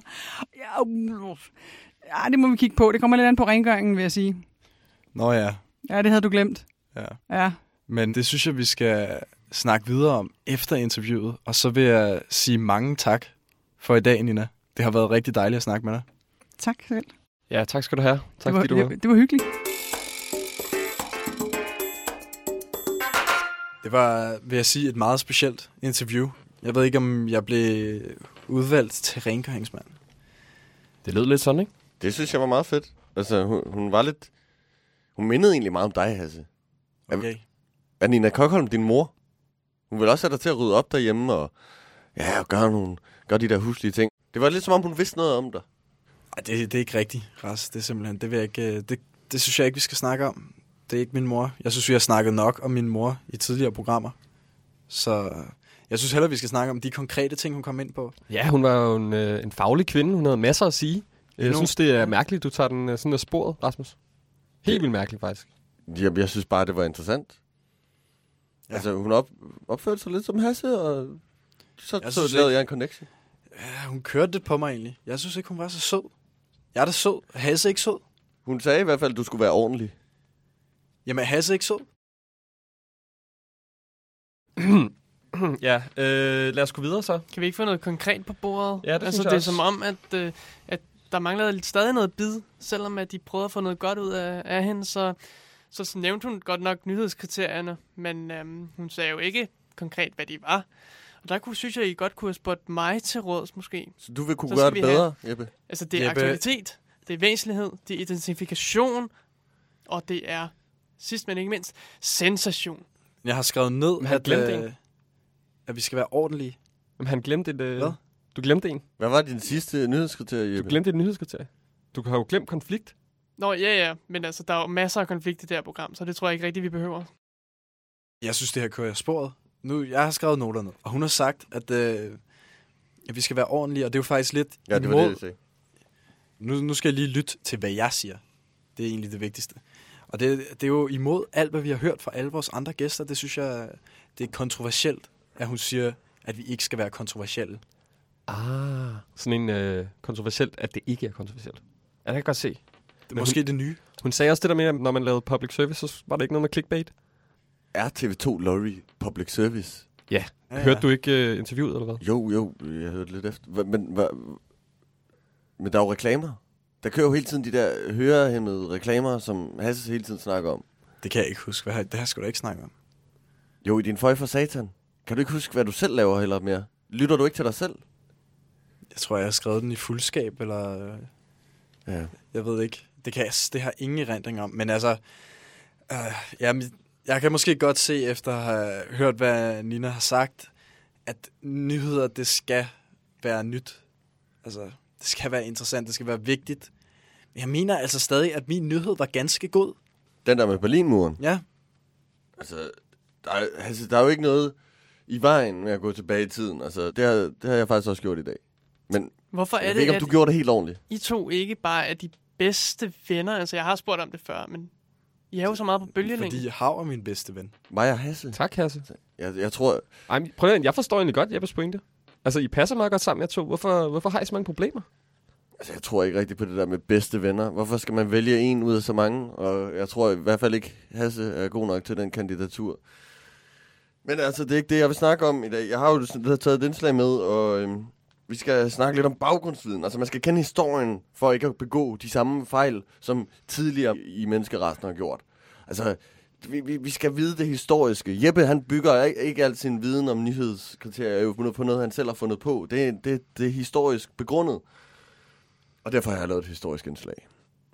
Ja, det må vi kigge på. Det kommer lidt an på rengøringen, vil jeg sige.
Nå ja.
Ja, det havde du glemt.
Ja. Men det synes jeg, vi skal snakke videre om efter interviewet. Og så vil jeg sige mange tak for i dag, Nina. Det har været rigtig dejligt at snakke med dig.
Tak selv.
Ja, tak skal du have. Tak fordi du var.
Det var hyggeligt.
Det var, vil jeg sige, et meget specielt interview. Jeg ved ikke, om jeg blev udvalgt til rengøringsmand.
Det lød lidt sådan, ikke?
Det synes jeg var meget fedt. Altså, hun var lidt... Hun mindede egentlig meget om dig, Hasse.
Okay.
Er Nina Kokholm din mor? Hun vil også have dig til at rydde op derhjemme og gøre de der huslige ting. Det var lidt som om, hun vidste noget om dig.
Ej, det er ikke rigtigt, Ras. Det er simpelthen... Det vil jeg ikke... Det synes jeg ikke, vi skal snakke om. Det er ikke min mor. Jeg synes, vi har snakket nok om min mor i tidligere programmer. Så jeg synes hellere, vi skal snakke om de konkrete ting, hun kom ind på.
Ja, hun var jo en faglig kvinde. Hun havde masser at sige. Jeg synes, det er mærkeligt, du tager den sådan af sporet, Rasmus. Helt vildt mærkeligt, faktisk.
Jeg synes bare, det var interessant. Ja. Altså, hun opførte sig lidt som Hasse, og så lavede jeg en connection.
Ja, hun kørte det på mig egentlig. Jeg synes ikke, hun var så sød. Jeg er da sød. Hasse ikke sød.
Hun sagde i hvert fald, at du skulle være ordentlig.
Jamen, Hasse ikke sød.
Ja, lad os gå videre så.
Kan vi ikke få noget konkret på bordet?
Ja, det
altså, det er som om, at der mangler stadig noget bid, selvom at de prøvede at få noget godt ud af hende, så nævnte hun godt nok nyhedskriterierne, men hun sagde jo ikke konkret, hvad de var. Og der synes jeg, I godt kunne have spurgt mig til råds, måske.
Så du vil kunne gøre det bedre, Jeppe?
Altså, det er aktualitet, det er væsentlighed, det er identifikation, og det er, sidst men ikke mindst, sensation.
Jeg har skrevet ned, at vi skal være ordentlige.
Men han glemte et...
Hvad?
Du glemte en.
Hvad var din sidste nyhedskriterie, Jeppe?
Du glemte et nyhedskriterie. Du har jo glemt konflikt.
Nå, ja, men altså, der er jo masser af konflikt i det her program, så det tror jeg ikke rigtigt, vi behøver.
Jeg synes, det her kører jeg sporet. Jeg har skrevet noter ned, og hun har sagt, at vi skal være ordentlige, og det er jo faktisk lidt...
Ja, det var det, jeg sagde.
Nu skal jeg lige lytte til, hvad jeg siger. Det er egentlig det vigtigste. Og det er jo imod alt, hvad vi har hørt fra alle vores andre gæster. Det synes jeg, det er kontroversielt, at hun siger, at vi ikke skal være kontroversielle.
Sådan en kontroversielt, at det ikke er kontroversielt. Jeg kan godt se.
Det er måske det nye.
Hun sagde også det der med, at når man lavede public service, så var det ikke noget med clickbait.
Er TV2 Lorry public service?
Ja. Hørte du ikke interviewet, eller hvad?
Jo, jeg hørte lidt efter. Men der er jo reklamer. Der kører jo hele tiden de der hørehæmmede reklamer, som Hasse hele tiden snakker om.
Det kan jeg ikke huske. Det har jeg sgu da ikke snakket om.
Jo, i din føj for satan. Kan du ikke huske, hvad du selv laver heller mere? Lytter du ikke til dig selv?
Jeg tror, jeg har skrevet den i fuldskab, eller...
Ja.
Jeg ved ikke. Det har ingen erindring om. Men altså... Jamen, jeg kan måske godt se, efter at have hørt, hvad Nina har sagt, at nyheder, det skal være nyt. Altså, det skal være interessant, det skal være vigtigt. Men jeg mener altså stadig, at min nyhed var ganske god.
Den der med Berlinmuren.
Ja.
Altså, der er jo ikke noget i vejen med at gå tilbage i tiden. Altså, det har jeg faktisk også gjort i dag. Men
Hvorfor er
jeg
det,
ved ikke, om du gjorde det helt ordentligt.
I to ikke bare er de bedste venner? Altså, jeg har spurgt om det før, men I er jo så meget på bølgelængden.
Fordi Hav er min bedste ven.
Mig og Hasse.
Tak, Hasse.
Jeg tror...
Ej, men prøv at, jeg forstår egentlig godt Jeppes pointe. Altså, I passer meget godt sammen, jeg to. Hvorfor har I så mange problemer?
Altså, jeg tror ikke rigtig på det der med bedste venner. Hvorfor skal man vælge en ud af så mange? Og jeg tror i hvert fald ikke, Hasse er god nok til den kandidatur. Men altså, det er ikke det, jeg vil snakke om i dag. Jeg har jo taget et indslag med, og vi skal snakke lidt om baggrundsviden. Altså, man skal kende historien for ikke at begå de samme fejl, som tidligere i menneskeresten har gjort. Altså, vi skal vide det historiske. Jeppe, han bygger ikke al sin viden om nyhedskriterier på noget, han selv har fundet på. Det er historisk begrundet. Og derfor har jeg lavet et historisk indslag.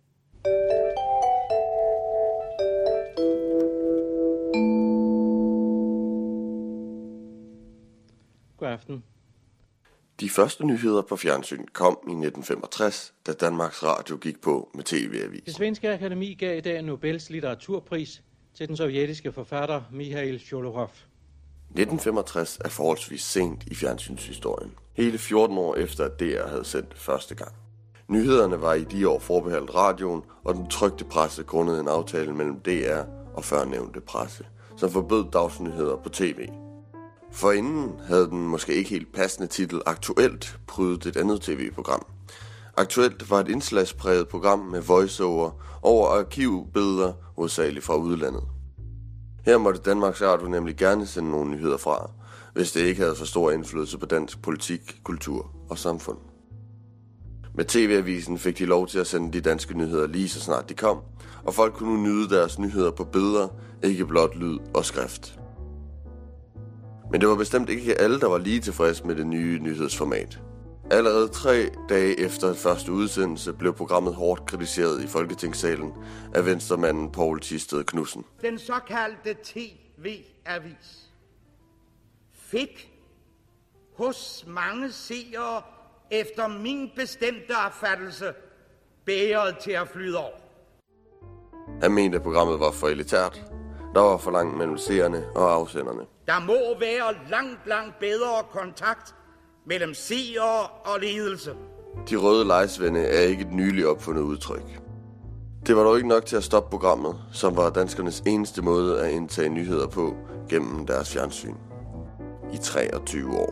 God aften.
De første nyheder på fjernsyn kom i 1965, da Danmarks Radio gik på med TV-avis.
Det svenske akademi gav i dag Nobels litteraturpris til den sovjetiske forfatter Mikhail Sjolorov.
1965 er forholdsvis sent i fjernsynshistorien. Hele 14 år efter, at DR havde sendt første gang. Nyhederne var i de år forbeholdt radioen, og den trykte presse grundede en aftale mellem DR og førnævnte presse, som forbød dagsnyheder på tv. Forinden havde den måske ikke helt passende titel Aktuelt prydet et andet tv-program. Aktuelt var et indslagspræget program med voiceover over arkivbilleder, hovedsageligt fra udlandet. Her måtte Danmarks Radio nemlig gerne sende nogle nyheder fra, hvis det ikke havde for stor indflydelse på dansk politik, kultur og samfund. Med TV-avisen fik de lov til at sende de danske nyheder lige så snart de kom, og folk kunne nu nyde deres nyheder på billeder, ikke blot lyd og skrift. Men det var bestemt ikke alle, der var lige tilfreds med det nye nyhedsformat. Allerede 3 dage efter første udsendelse blev programmet hårdt kritiseret i Folketingssalen af venstremanden Poul Thisted Knudsen.
Den såkaldte TV-avis fik hos mange seere efter min bestemte opfattelse bæret til at flyde over.
Han mente, at programmet var for elitært. Der var for langt mellem seerne og afsenderne.
Der må være langt bedre kontakt mellem seere og ledelse.
De røde lejesvende er ikke et nyligt opfundet udtryk. Det var dog ikke nok til at stoppe programmet, som var danskernes eneste måde at indtage nyheder på gennem deres fjernsyn. I 23 år.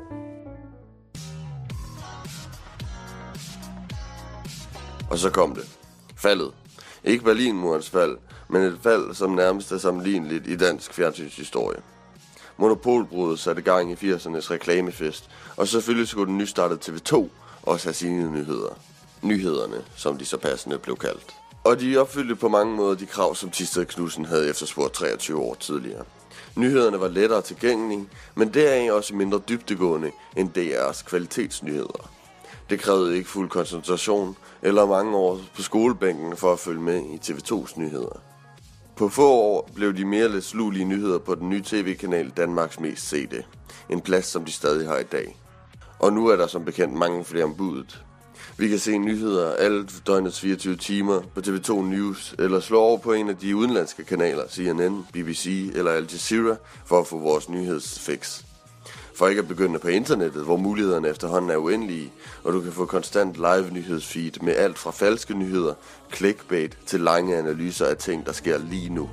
Og så kom det. Faldet. Ikke Berlinmurens fald, men et fald, som nærmest er sammenligneligt i dansk fjernsynshistorie. Monopolbruddet satte gang i 80'ernes reklamefest, og selvfølgelig skulle den nystartede TV2 også have sine nyheder. Nyhederne, som de så passende blev kaldt. Og de opfyldte på mange måder de krav, som Thisted Knudsen havde efterspurgt 23 år tidligere. Nyhederne var lettere tilgængelige, men deraf også mindre dybdegående end DR's kvalitetsnyheder. Det krævede ikke fuld koncentration eller mange år på skolebænken for at følge med i TV2's nyheder. På få år blev de mere lidt slulige nyheder på den nye tv-kanal Danmarks mest sete. En plads, som de stadig har i dag. Og nu er der som bekendt mange flere om budet. Vi kan se nyheder alle døgnets 24 timer på TV2 News, eller slå over på en af de udenlandske kanaler, CNN, BBC eller Al Jazeera, for at få vores nyhedsfix. For ikke at begynde på internettet, hvor mulighederne efterhånden er uendelige, og du kan få konstant live nyhedsfeed med alt fra falske nyheder, clickbait til lange analyser af ting, der sker lige nu.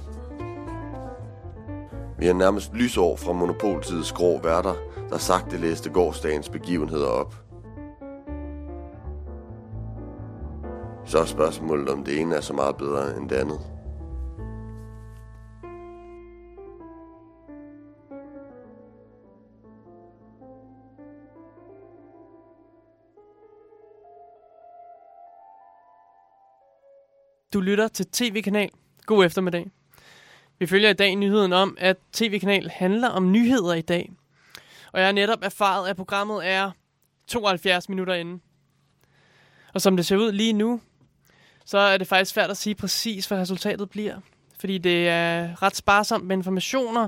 Vi er nærmest lysår fra monopoltidets grå værter, der sagte læste gårsdagens begivenheder op. Så er spørgsmålet, om det ene er så meget bedre end det andet.
Du lytter til TV-kanal. God eftermiddag. Vi følger i dag nyheden om, at TV-kanal handler om nyheder i dag. Og jeg har netop erfaret, at programmet er 72 minutter inde. Og som det ser ud lige nu, så er det faktisk svært at sige præcis, hvad resultatet bliver. Fordi det er ret sparsomt med informationer.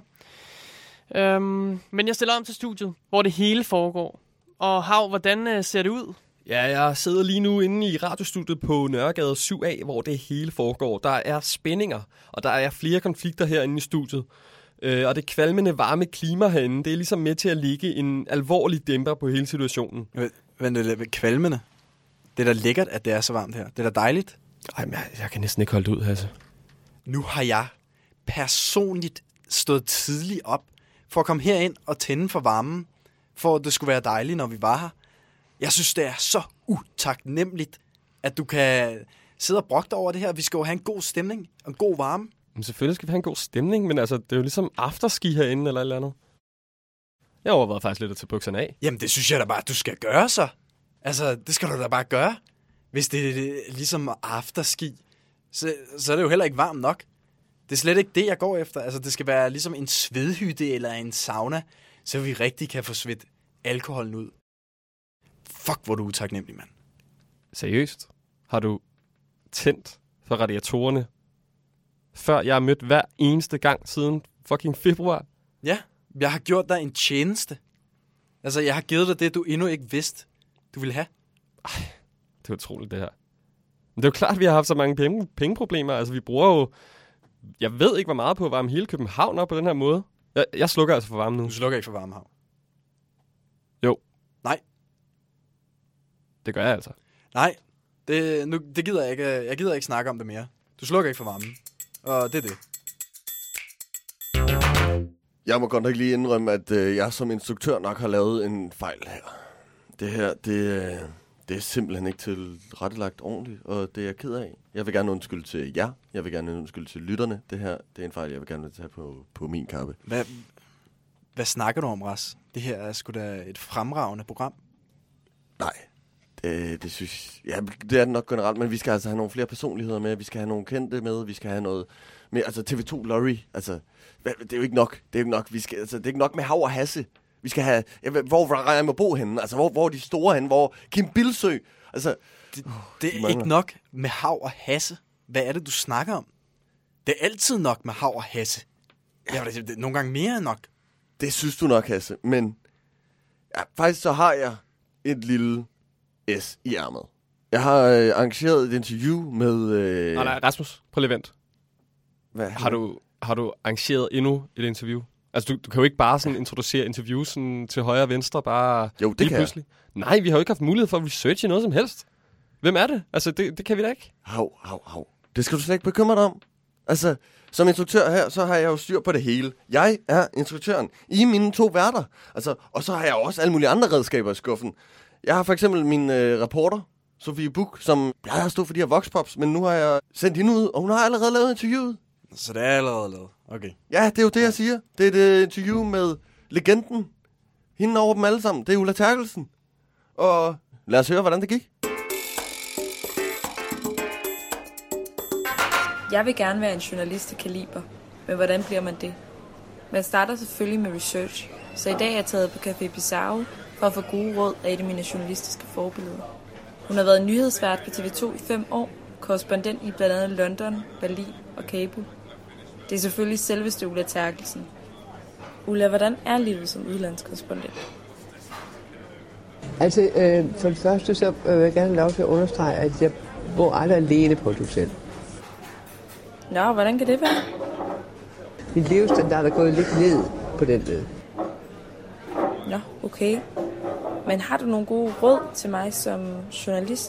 Men jeg stiller om til studiet, hvor det hele foregår. Og Hav, hvordan ser det ud?
Ja, jeg sidder lige nu inde i radiostudiet på Nørregade 7A, hvor det hele foregår. Der er spændinger, og der er flere konflikter herinde i studiet. Og det kvalmende varme klima herinde, det er ligesom med til at lægge en alvorlig dæmper på hele situationen.
Men det er kvalmende. Det er da lækkert, at det er så varmt her. Det er da dejligt.
Ej, men jeg kan næsten ikke holde det ud, Hasse.
Nu har jeg personligt stået tidligt op for at komme herind og tænde for varmen, for at det skulle være dejligt, når vi var her. Jeg synes, det er så utaknemmeligt, at du kan sidde og brokke dig over det her. Vi skal jo have en god stemning og en god varme.
Men selvfølgelig skal vi have en god stemning, men altså, det er jo ligesom afterski herinde eller et eller andet. Jeg overvejede faktisk lidt at tage bukserne af.
Jamen, det synes jeg da bare, at du skal gøre så. Altså, det skal du da bare gøre. Hvis det er ligesom afterski, så er det jo heller ikke varmt nok. Det er slet ikke det, jeg går efter. Altså, det skal være ligesom en svedhytte eller en sauna, så vi rigtig kan få svedt alkoholen ud. Fuck, hvor du utaknemmelig, mand.
Seriøst? Har du tændt for radiatorerne, før jeg har mødt hver eneste gang siden fucking februar?
Ja, jeg har gjort dig en tjeneste. Altså, jeg har givet dig det, du endnu ikke vidste, du ville have.
Ej, det er utroligt, det her. Men det er jo klart, at vi har haft så mange pengeproblemer. Altså, vi bruger jo... Jeg ved ikke, hvor meget på at varme hele København op på den her måde. Jeg slukker altså for varme nu.
Du slukker ikke for varme, Hav.
Jo.
Nej.
Det gør jeg altså.
Nej, det gider jeg ikke. Jeg gider ikke snakke om det mere. Du slukker ikke for varmen. Og det er det.
Jeg må godt nok lige indrømme, at jeg som instruktør nok har lavet en fejl her. Det her, det er simpelthen ikke tilrettelagt ordentligt, og det er jeg ked af. Jeg vil gerne undskylde til jer. Jeg vil gerne undskylde til lytterne. Det her, det er en fejl, jeg vil gerne tage på min kappe.
Hvad snakker du om, Ras? Det her er sgu da et fremragende program.
Nej, det synes jeg... Ja, det er det nok generelt, men vi skal altså have nogle flere personligheder med. Vi skal have nogle kendte med. Vi skal have noget med... Altså, TV2 Lorry. Altså, det er jo ikke nok. Det er jo ikke nok. Det er ikke nok med Hav og Hasse. Vi skal have... Hvor Raja må bo henne? Altså, hvor er de store henne? Hvor Kim Bilsø? Altså...
Det er ikke nok med Hav og Hasse. Hvad er det, du snakker om? Det er altid nok med Hav og Hasse. Ja, det er nogle gange mere end nok.
Det synes du nok, Hasse. Men ja, faktisk så har jeg et lille S i ærmet. Jeg har arrangeret et interview med...
Nej, Rasmus. Prøv lige vent.
Hvad?
Har du arrangeret endnu et interview? Altså, du kan jo ikke bare sådan introducere interviews sådan til højre og venstre, bare
jo, det kan
pludselig. Nej, vi har jo ikke haft mulighed for at researche noget som helst. Hvem er det? Altså, det kan vi da ikke.
Hav. Det skal du slet ikke bekymre dig om. Altså, som instruktør her, så har jeg jo styr på det hele. Jeg er instruktøren i mine 2 værter. Altså, og så har jeg også alle mulige andre redskaber i skuffen. Jeg har for eksempel min reporter, Sofie Buch, som jeg har stået for de her voxpops, men nu har jeg sendt hende ud, og hun har allerede lavet interviewet.
Så det er allerede lavet. Okay.
Ja, det er jo det, jeg siger. Det er et interview med legenden. Hende over dem alle sammen. Det er Ulla Terkelsen. Og lad os høre, hvordan det gik.
Jeg vil gerne være en journalist af kaliber, men hvordan bliver man det? Man starter selvfølgelig med research, så i dag er jeg taget på Café Pizarro for at få gode råd af et af mine journalistiske forbilleder. Hun har været nyhedsvært på TV2 i 5 år, korrespondent i blandt andet London, Berlin og Kabul. Det er selvfølgelig selveste Ulla Terkelsen. Ulla, hvordan er livet som udlandskorrespondent?
Altså, for det første så vil jeg gerne have lov til at understrege, at jeg bor aldrig alene på et hotel.
Nå, hvordan kan det være?
Min levestandard er gået lidt ned på den led.
Nå, okay. Men har du nogle gode råd til mig som journalist?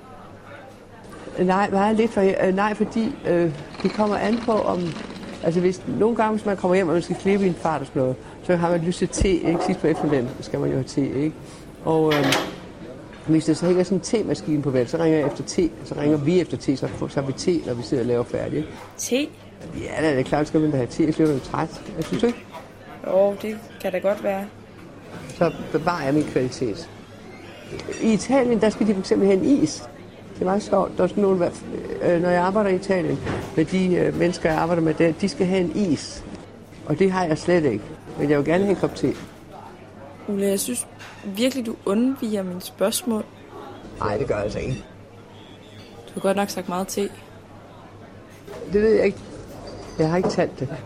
Nej, fordi det kommer an på, om... Altså, nogle gange, hvis man kommer hjem, og man skal klippe i en fart og sådan noget, så har man lyst til te, ikke? Sidst på eftermiddagen skal man jo have te, ikke? Og hvis der så ikke er sådan en te-maskine på valg, så ringer jeg efter te, så ringer vi efter te, så tager vi te, når vi sidder og laver færdigt, ikke?
Te?
Ja, det er klart, skal man da have te, så bliver man træt. Jeg synes ikke.
Jo, det kan da godt være.
Så bevarer jeg min kvalitet. I Italien, der skal de for eksempel have en is. Det er meget sjovt. Der er sådan nogle, når jeg arbejder i Italien, med de mennesker, jeg arbejder med der, de skal have en is. Og det har jeg slet ikke. Men jeg vil gerne have en kop te.
Ulla, jeg synes virkelig, du undviger mine spørgsmål.
Nej, det gør jeg altså ikke.
Du har godt nok sagt meget te.
Det ved jeg ikke. Jeg har ikke talt det.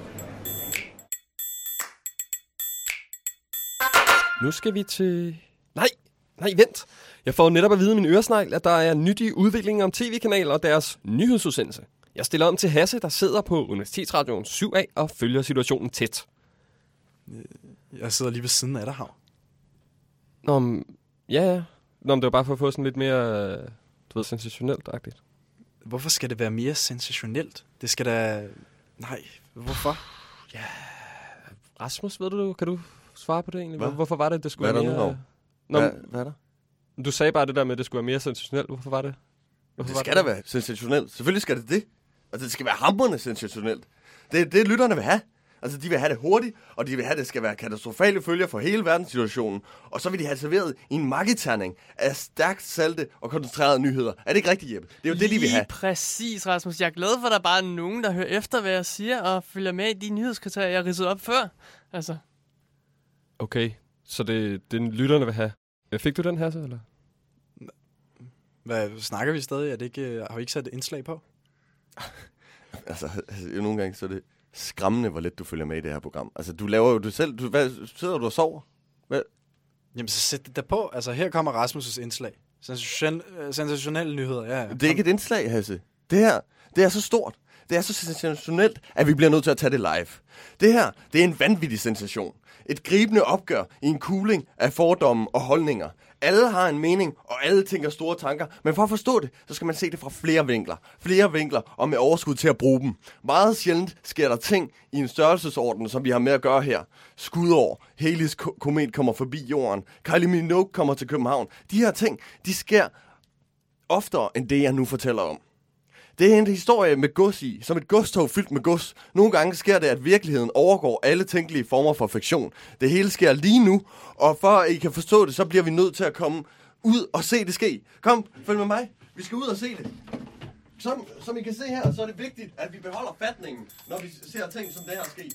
Nu skal vi til... Nej, vent. Jeg får netop at vide i min øresnegl, at der er nyttige udviklinger om tv-kanaler og deres nyhedsudsendelse. Jeg stiller om til Hasse, der sidder på Universitetsradioen 7A og følger situationen tæt.
Jeg sidder lige ved siden af dig, Hav.
Ja. Det var bare for at få sådan lidt mere, sensationelt-agtigt.
Hvorfor skal det være mere sensationelt? Det skal da... Nej, hvorfor?
Ja, Rasmus, ved du, kan du svare på det egentlig?
Hvad?
Hvorfor var det skulle
være
mere...
Hvad er der?
Du sagde bare det der med, at det skulle være mere sensationelt. Hvorfor var det?
Det skal da være sensationelt. Selvfølgelig skal det. Altså, det skal være hamrende sensationelt. Det er det, lytterne vil have. Altså, de vil have det hurtigt, og de vil have, at det skal være katastrofale følger for hele verdenssituationen. Og så vil de have serveret i en magiterning af stærkt salte og koncentrerede nyheder. Er det ikke rigtigt, Jeppe? Det er jo det, de vil have.
Præcis, Rasmus. Jeg er glad for, at der bare er nogen, der hører efter, hvad jeg siger, og følger med i de nyhedskriterier, jeg ridsede op før. Altså.
Okay, så det lytterne vil have. Fik du den her så, eller?
Hvad snakker vi stadig? Har vi ikke sat et indslag på?
altså, nogle gange så er det skræmmende, hvor let du følger med i det her program. Altså, du laver jo det selv. Hvad sidder du og sover? Hvad?
Jamen, så sæt det der på. Altså, her kommer Rasmus' indslag. Sensationelle nyheder, ja.
Det er ikke et indslag, Hasse. Det her, det er så stort. Det er så sensationelt, at vi bliver nødt til at tage det live. Det her, det er en vanvittig sensation. Et gribende opgør i en cooling af fordomme og holdninger. Alle har en mening, og alle tænker store tanker. Men for at forstå det, så skal man se det fra flere vinkler. Flere vinkler og med overskud til at bruge dem. Meget sjældent sker der ting i en størrelsesorden, som vi har med at gøre her. Skudår, Halley's komet kommer forbi jorden, Kylie Minogue kommer til København. De her ting, de sker oftere end det, jeg nu fortæller om. Det er en historie med gods i, som et godstog fyldt med gods. Nogle gange sker det, at virkeligheden overgår alle tænkelige former for fiktion. Det hele sker lige nu, og for at I kan forstå det, så bliver vi nødt til at komme ud og se det ske. Kom, følg med mig. Vi skal ud og se det. Som I kan se her, så er det vigtigt, at vi beholder fatningen, når vi ser ting som det her ske.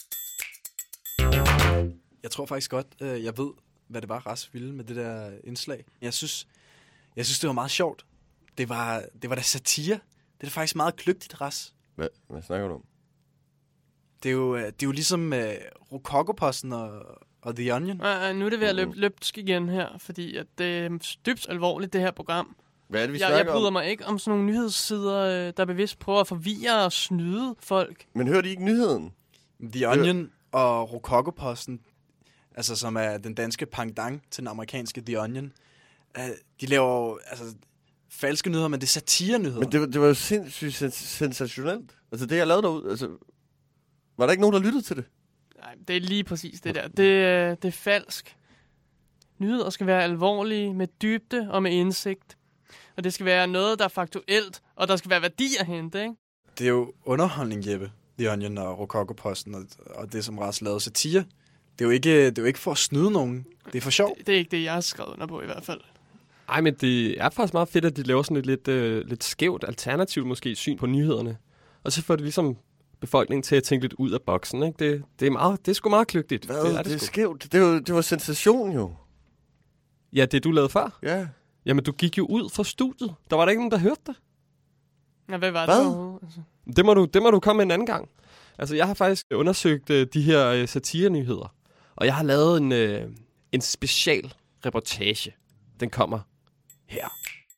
Jeg tror faktisk godt, jeg ved, hvad det var, Ras ville med det der indslag. Jeg synes, det var meget sjovt. Det var da satire. Det er faktisk meget kløgtigt, Ras.
Hvad snakker du om?
Det er jo ligesom Rokokoposten og The Onion.
Nu er det ved at løbe igen her, fordi at det er dybt alvorligt, det her program.
Hvad er det, vi snakker om?
Jeg bryder mig ikke om sådan nogle nyhedssider, der bevidst prøver at forvirre og snyde folk.
Men hører de ikke nyheden?
The Onion og Rokokoposten, altså som er den danske pendant til den amerikanske The Onion, de laver falske nyheder, men det er satire-nyheder.
Men det var jo sindssygt sensationelt. Altså det, jeg lavede derude, altså... Var der ikke nogen, der lyttede til det?
Nej, det er lige præcis det der. Det er falsk. Nyheder skal være alvorlige, med dybde og med indsigt. Og det skal være noget, der er faktuelt, og der skal være værdi at hente, ikke?
Det er jo underholdning, Jeppe. The Onion og Rokokoposten og det, som Ras lavede satire. Det er jo ikke for at snyde nogen. Det er for sjov.
Det er ikke det, jeg har skrevet under på i hvert fald.
Ej, men det er faktisk meget fedt, at de laver sådan et lidt skævt alternativt måske syn på nyhederne. Og så får det ligesom befolkningen til at tænke lidt ud af boksen, ikke? Det er sgu meget kløgtigt.
Hvad? Det er skævt. Det var sensation jo.
Ja, det du lavede før?
Ja.
Jamen, du gik jo ud fra studiet. Der var der ikke nogen, der hørte det.
Ja, hvad var det?
Altså? Det må du komme med en anden gang. Altså, jeg har faktisk undersøgt de her satirenyheder. Og jeg har lavet en special reportage. Den kommer her.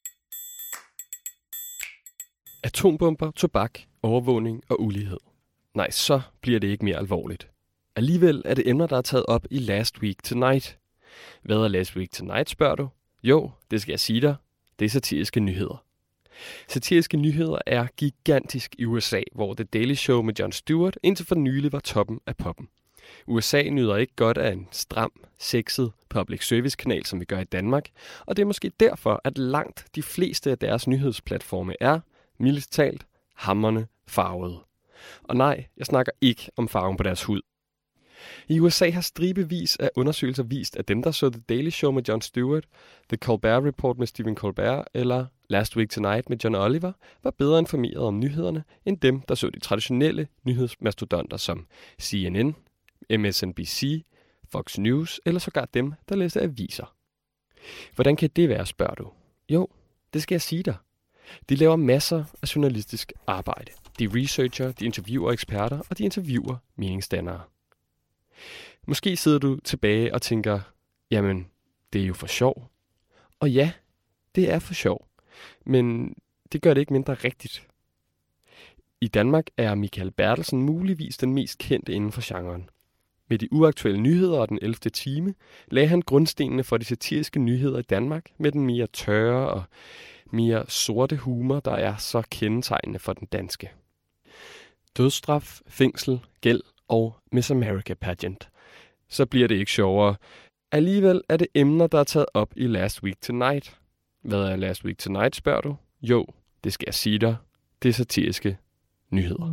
Atombomber, tobak, overvågning og ulighed. Nej, så bliver det ikke mere alvorligt. Alligevel er det emner, der er taget op i Last Week Tonight. Hvad er Last Week Tonight, spørger du? Jo, det skal jeg sige dig. Det er satiriske nyheder. Satiriske nyheder er gigantisk i USA, hvor The Daily Show med Jon Stewart indtil for nylig var toppen af poppen. USA nyder ikke godt af en stram, sexet public service kanal, som vi gør i Danmark, og det er måske derfor, at langt de fleste af deres nyhedsplatforme er, mildest talt, hamrende farvede. Og nej, jeg snakker ikke om farven på deres hud. I USA har stribevis af undersøgelser vist, at dem, der så The Daily Show med Jon Stewart, The Colbert Report med Stephen Colbert eller Last Week Tonight med John Oliver, var bedre informeret om nyhederne, end dem, der så de traditionelle nyhedsmastodonter som CNN, MSNBC, Fox News eller sågar dem, der læste aviser. Hvordan kan det være, spørger du? Jo, det skal jeg sige dig. De laver masser af journalistisk arbejde. De researcher, de interviewer eksperter, og de interviewer meningsdannere. Måske sidder du tilbage og tænker, jamen, det er jo for sjov. Og ja, det er for sjov. Men det gør det ikke mindre rigtigt. I Danmark er Mikael Bertelsen muligvis den mest kendte inden for genren. Med de uaktuelle nyheder og den 11. time lagde han grundstenene for de satiriske nyheder i Danmark med den mere tørre og mere sorte humor, der er så kendetegnende for den danske. Dødsstraf, fængsel, gæld og Miss America pageant. Så bliver det ikke sjovere. Alligevel er det emner, der er taget op i Last Week Tonight. Hvad er Last Week Tonight, spørger du? Jo, det skal jeg sige dig. Det er satiriske nyheder.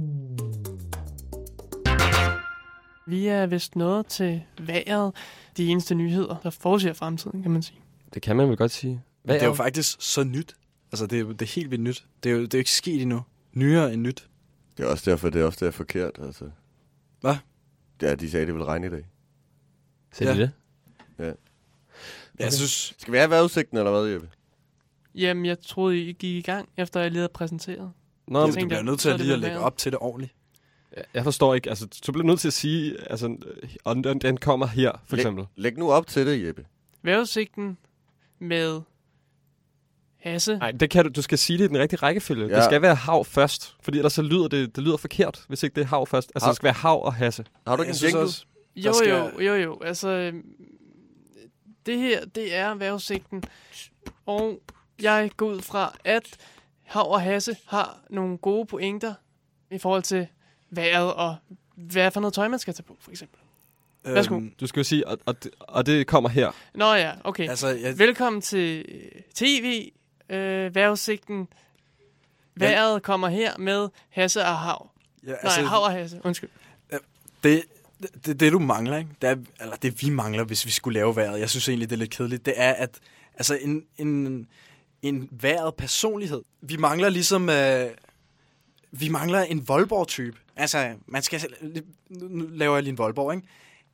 Vi er vist nået til vejret. De eneste nyheder, der forudsiger fremtiden, kan man sige.
Det kan man vel godt sige.
Det er jo faktisk så nyt. Altså, det er helt vildt nyt. Det er jo ikke sket endnu. Nyere end nyt.
Det er også derfor, det er forkert. Altså.
Hvad?
Ja, de sagde, det ville regne i dag.
Sagde de det?
Ja.
Jeg synes...
Skal vi have vejrudsigten, eller hvad, Jeppe?
Jamen, jeg troede, I gik i gang, efter jeg lige havde præsenteret.
Nå, men du bliver nødt til at lige at lægge op til det ordentligt.
Jeg forstår ikke. Altså, du bliver nødt til at sige, altså, og den kommer her, for eksempel.
Læg nu op til det, Jeppe.
Vejrudsigten med Hasse.
Nej, det kan du skal sige det i den rigtige rækkefølge. Ja. Det skal være hav først, fordi ellers så lyder det lyder forkert, hvis ikke det er hav først. Altså, det skal være hav og Hasse.
Har du ikke en jingle?
Jo. Altså, det her, det er vejrudsigten. Og jeg går ud fra, at Hav og Hasse har nogle gode pointer i forhold til vejret og hvad for noget tøj, man skal tage på, for eksempel. Værsgo.
Du skal jo sige, og det kommer her.
Nå ja, okay. Altså, velkommen til TV, vejrudsigten. Vejret kommer her med Hasse og Hav. Ja, altså, nej, Hav og Hasse, undskyld.
Det du mangler, ikke? Eller det vi mangler, hvis vi skulle lave vejret, jeg synes egentlig, det er lidt kedeligt, det er, at altså en vejret personlighed. Vi mangler ligesom... vi mangler en Voldborg-type. Altså, man skal... Nu laver jeg lige en Voldborg, ikke?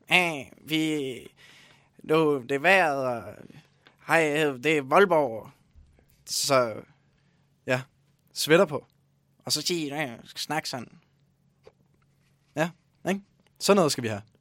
Det er vejret, og... Hej, det er Voldborg. Så... Ja, sweater på. Og så sige, jeg skal snakke sådan. Ja, ikke? Sådan noget skal vi have.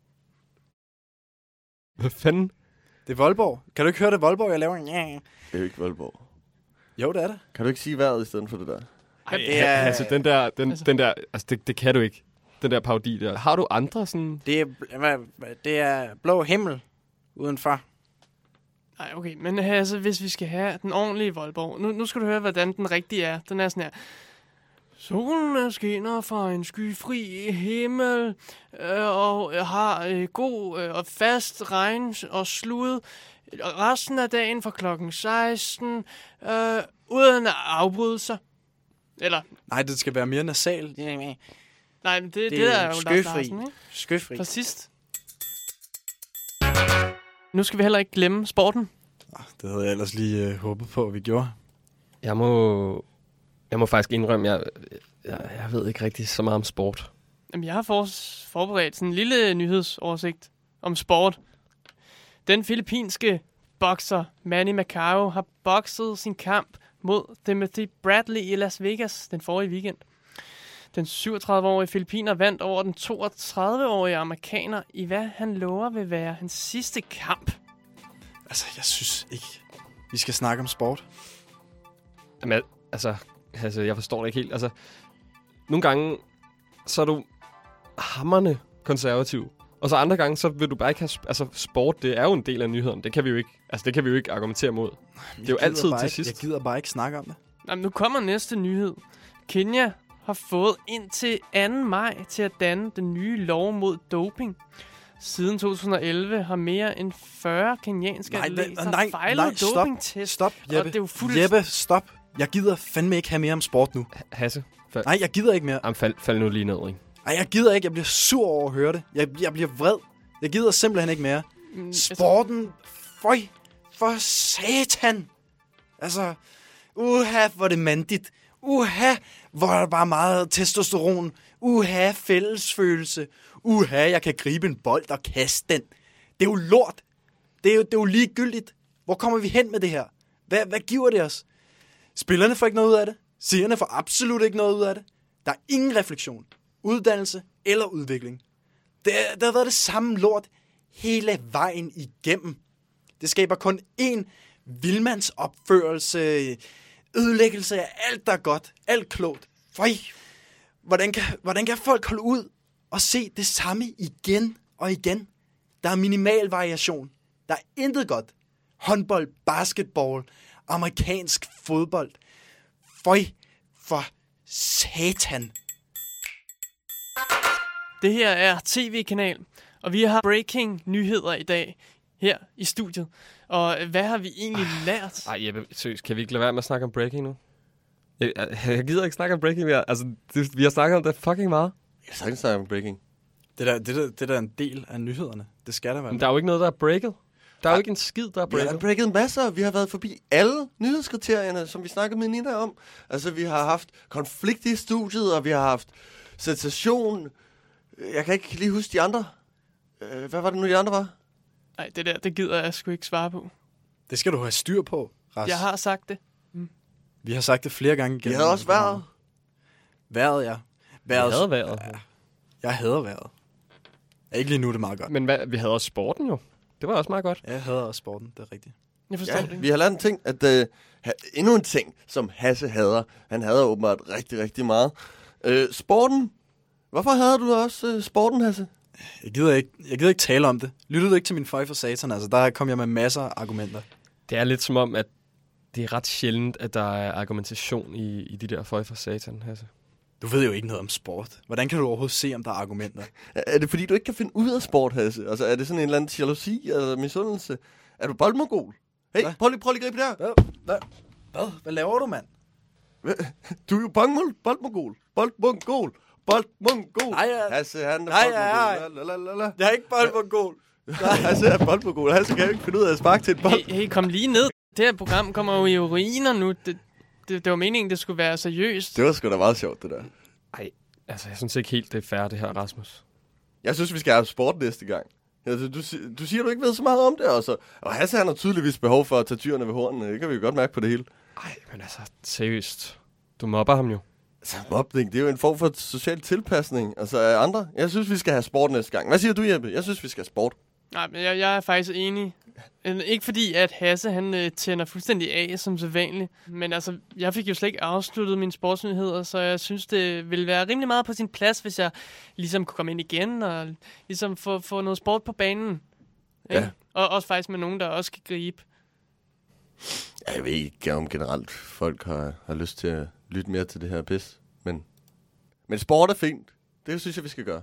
Hvad fanden?
Det er Voldborg. Kan du ikke høre det Voldborg, jeg laver? Ja.
Det er jo ikke Voldborg.
Jo, det er det.
Kan du ikke sige vejret i stedet for det der?
Ej, det er... Altså, den der... Altså, det kan du ikke. Den der parodi der. Har du andre sådan...
Det er blå himmel udenfor.
Nej, okay. Men altså, hvis vi skal have den ordentlige Voldborg... Nu skal du høre, hvordan den rigtige er. Den er sådan her... Solen skinner fra en skyfri himmel, og har god og fast regn og slud resten af dagen fra klokken 16, uden at afbryde sig. Eller?
Nej, det skal være mere nasal.
Nej, men det er jo
skøfri.
Lars Larsen, ikke?
Skøfri.
Fra sidst. Nu skal vi heller ikke glemme sporten.
Det havde jeg ellers lige håbet på, at vi gjorde.
Jeg må faktisk indrømme, jeg ved ikke rigtig så meget om sport.
Jamen, jeg har forberedt sådan en lille nyhedsoversigt om sport. Den filippinske bokser Manny Pacquiao har bokset sin kamp mod Timothy Bradley i Las Vegas den forrige weekend. Den 37-årige filippiner vandt over den 32-årige amerikaner i hvad han lover vil være hans sidste kamp.
Altså, jeg synes ikke, vi skal snakke om sport.
Jamen, altså, jeg forstår det ikke helt. Altså, nogle gange, så er du hamrende konservativ. Og så andre gange, så vil du bare ikke have... Altså, sport, det er jo en del af nyheden. Det kan vi jo ikke argumentere mod. Det er jo altid til sidst.
Jeg gider bare ikke snakke om det.
Jamen, nu kommer næste nyhed. Kenya har fået indtil 2. maj til at danne den nye lov mod doping. Siden 2011 har mere end 40 kenyanske atleter fejlet dopingtest.
Stop, Jeppe. Jeppe, stop. Jeg gider fandme ikke have mere om sport nu.
Hasse?
Nej, jeg gider ikke mere.
Fald nu lige ned, ikke?
Nej, jeg gider ikke. Jeg bliver sur over at høre det. Jeg bliver vred. Jeg gider simpelthen ikke mere. Sporten, føj, for satan. Altså, hvor er det mandigt. Hvor er der bare meget testosteron. Fællesfølelse. Jeg kan gribe en bold og kaste den. Det er jo lort. Det er jo ligegyldigt. Hvor kommer vi hen med det her? Hvad giver det os? Spillerne får ikke noget ud af det. Seerne får absolut ikke noget ud af det. Der er ingen refleksion, uddannelse eller udvikling. Det har været det samme lort hele vejen igennem. Det skaber kun én vildmandsopførelse, ødelæggelse af alt, der er godt, alt klogt. Hvordan kan folk holde ud og se det samme igen og igen? Der er minimal variation. Der er intet godt. Håndbold, basketball, amerikansk fodbold. For satan.
Det her er TV-kanal, og vi har breaking nyheder i dag her i studiet. Og hvad har vi egentlig lært?
Ej Jeppe, seriøst, kan vi ikke lade være med at snakke om breaking nu? Jeg gider ikke snakke om breaking mere. Altså, vi har snakket om det fucking meget.
Jeg har snakke om breaking.
Det der er en del af nyhederne. Det skal der være.
Men der er jo ikke noget, der er breaket. Der er jo ikke en skid, der er breaket.
Vi har breaket masser. Vi har været forbi alle nyhedskriterierne, som vi snakkede med Nina om. Altså, vi har haft konflikt i studiet, og vi har haft sensation. Jeg kan ikke lige huske de andre. Hvad var det nu, de andre var?
Nej, det gider jeg sgu ikke svare på.
Det skal du have styr på, Ras.
Jeg har sagt det.
Vi har sagt det flere gange igen.
Vi havde også vejret.
Vejret, ja.
Vi havde vejret.
Ja. Jeg hader vejret. Ikke lige nu, det er meget godt.
Men vi havde også sporten jo. Det var også meget godt.
Ja, jeg hader også sporten, det er rigtigt.
Jeg forstår det ikke.
Vi har lært en ting, at endnu en ting, som Hasse hader. Han hader åbenbart rigtig, rigtig meget. Sporten. Hvorfor hader du også sporten, Hasse?
Jeg gider ikke tale om det. Lyttede du ikke til min føj for satan? Altså, der kom jeg med masser af argumenter.
Det er lidt som om, at det er ret sjældent, at der er argumentation i de der føj for satan, Hasse.
Du ved jo ikke noget om sport. Hvordan kan du overhovedet se, om der er argumenter?
Er det fordi, du ikke kan finde ud af sport, Hasse? Altså, er det sådan en eller anden jalousi eller misundelse? Er du boldmongol? Hey, prøv lige at gribe der.
Hvad laver du, mand?
Du er jo boldmongol. Boldmongol. Hasse, han er boldmongol.
Jeg er ikke boldmongol.
Hasse er boldmongol. Hasse kan jo ikke finde ud af at sparke til et bold.
Hey, kom lige ned. Det her program kommer jo i ruiner nu. Det var meningen, det skulle være seriøst.
Det var sgu da meget sjovt, det der.
Ej, altså jeg synes ikke helt, det er fair, det her, Rasmus.
Jeg synes, vi skal have sport næste gang. Altså, du siger, du ikke ved så meget om det, også. Og Hasse, han har tydeligvis behov for at tage tyrene ved hornene. Det kan vi jo godt mærke på det hele.
Ej, men altså, seriøst. Du mobber ham jo.
Altså, mobning, det er jo en form for social tilpasning. Altså, af andre. Jeg synes, vi skal have sport næste gang. Hvad siger du, Jeppe? Jeg synes, vi skal have sport.
Nej, men jeg er faktisk enig. Ikke fordi, at Hasse, han tænder fuldstændig af, som sædvanligt. Men altså, jeg fik jo slet ikke afsluttet mine sportsnyheder, så jeg synes, det ville være rimelig meget på sin plads, hvis jeg ligesom kunne komme ind igen, og ligesom få noget sport på banen.
Ja.
Og også faktisk med nogen, der også kan gribe.
Ja, jeg ved ikke om generelt folk har lyst til at lytte mere til det her pis. Men sport er fint. Det synes jeg, vi skal gøre.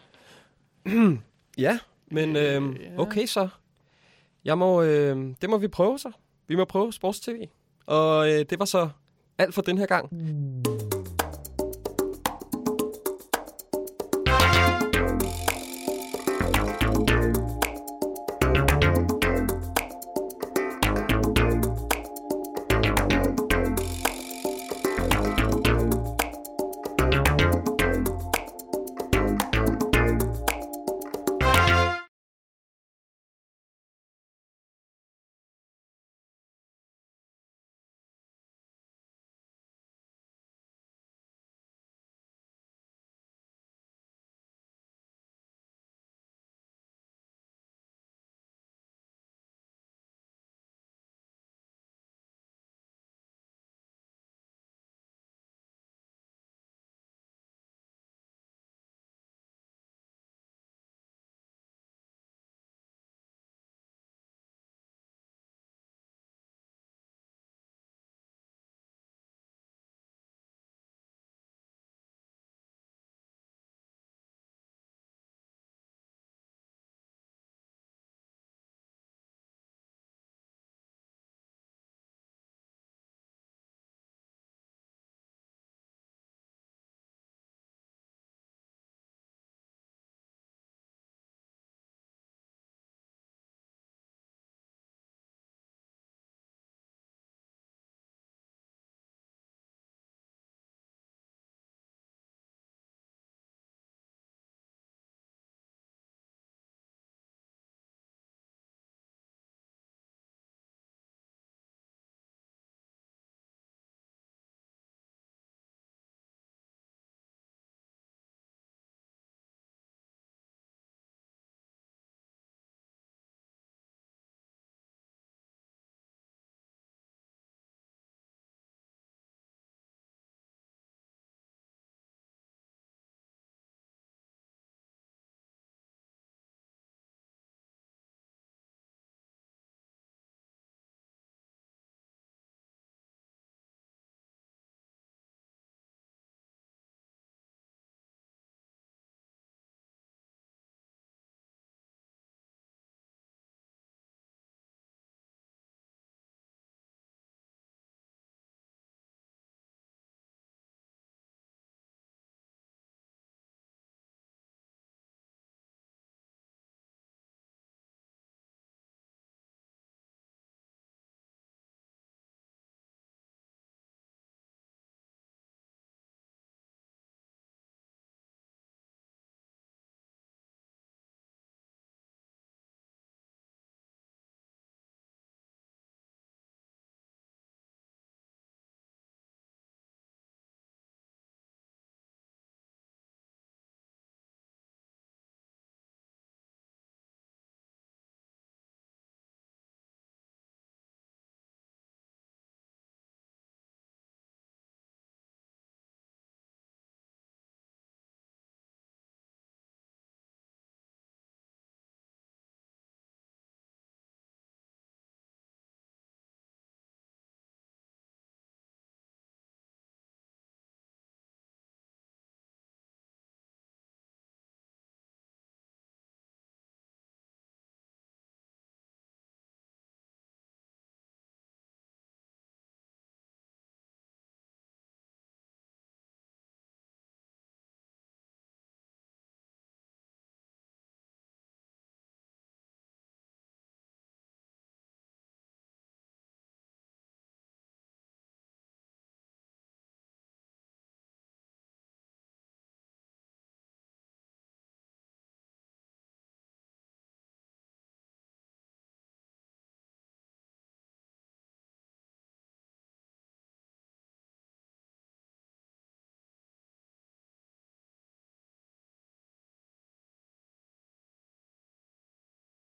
Ja, men okay så. Det må vi prøve så. Vi må prøve sports-tv. Og det var så alt for den her gang.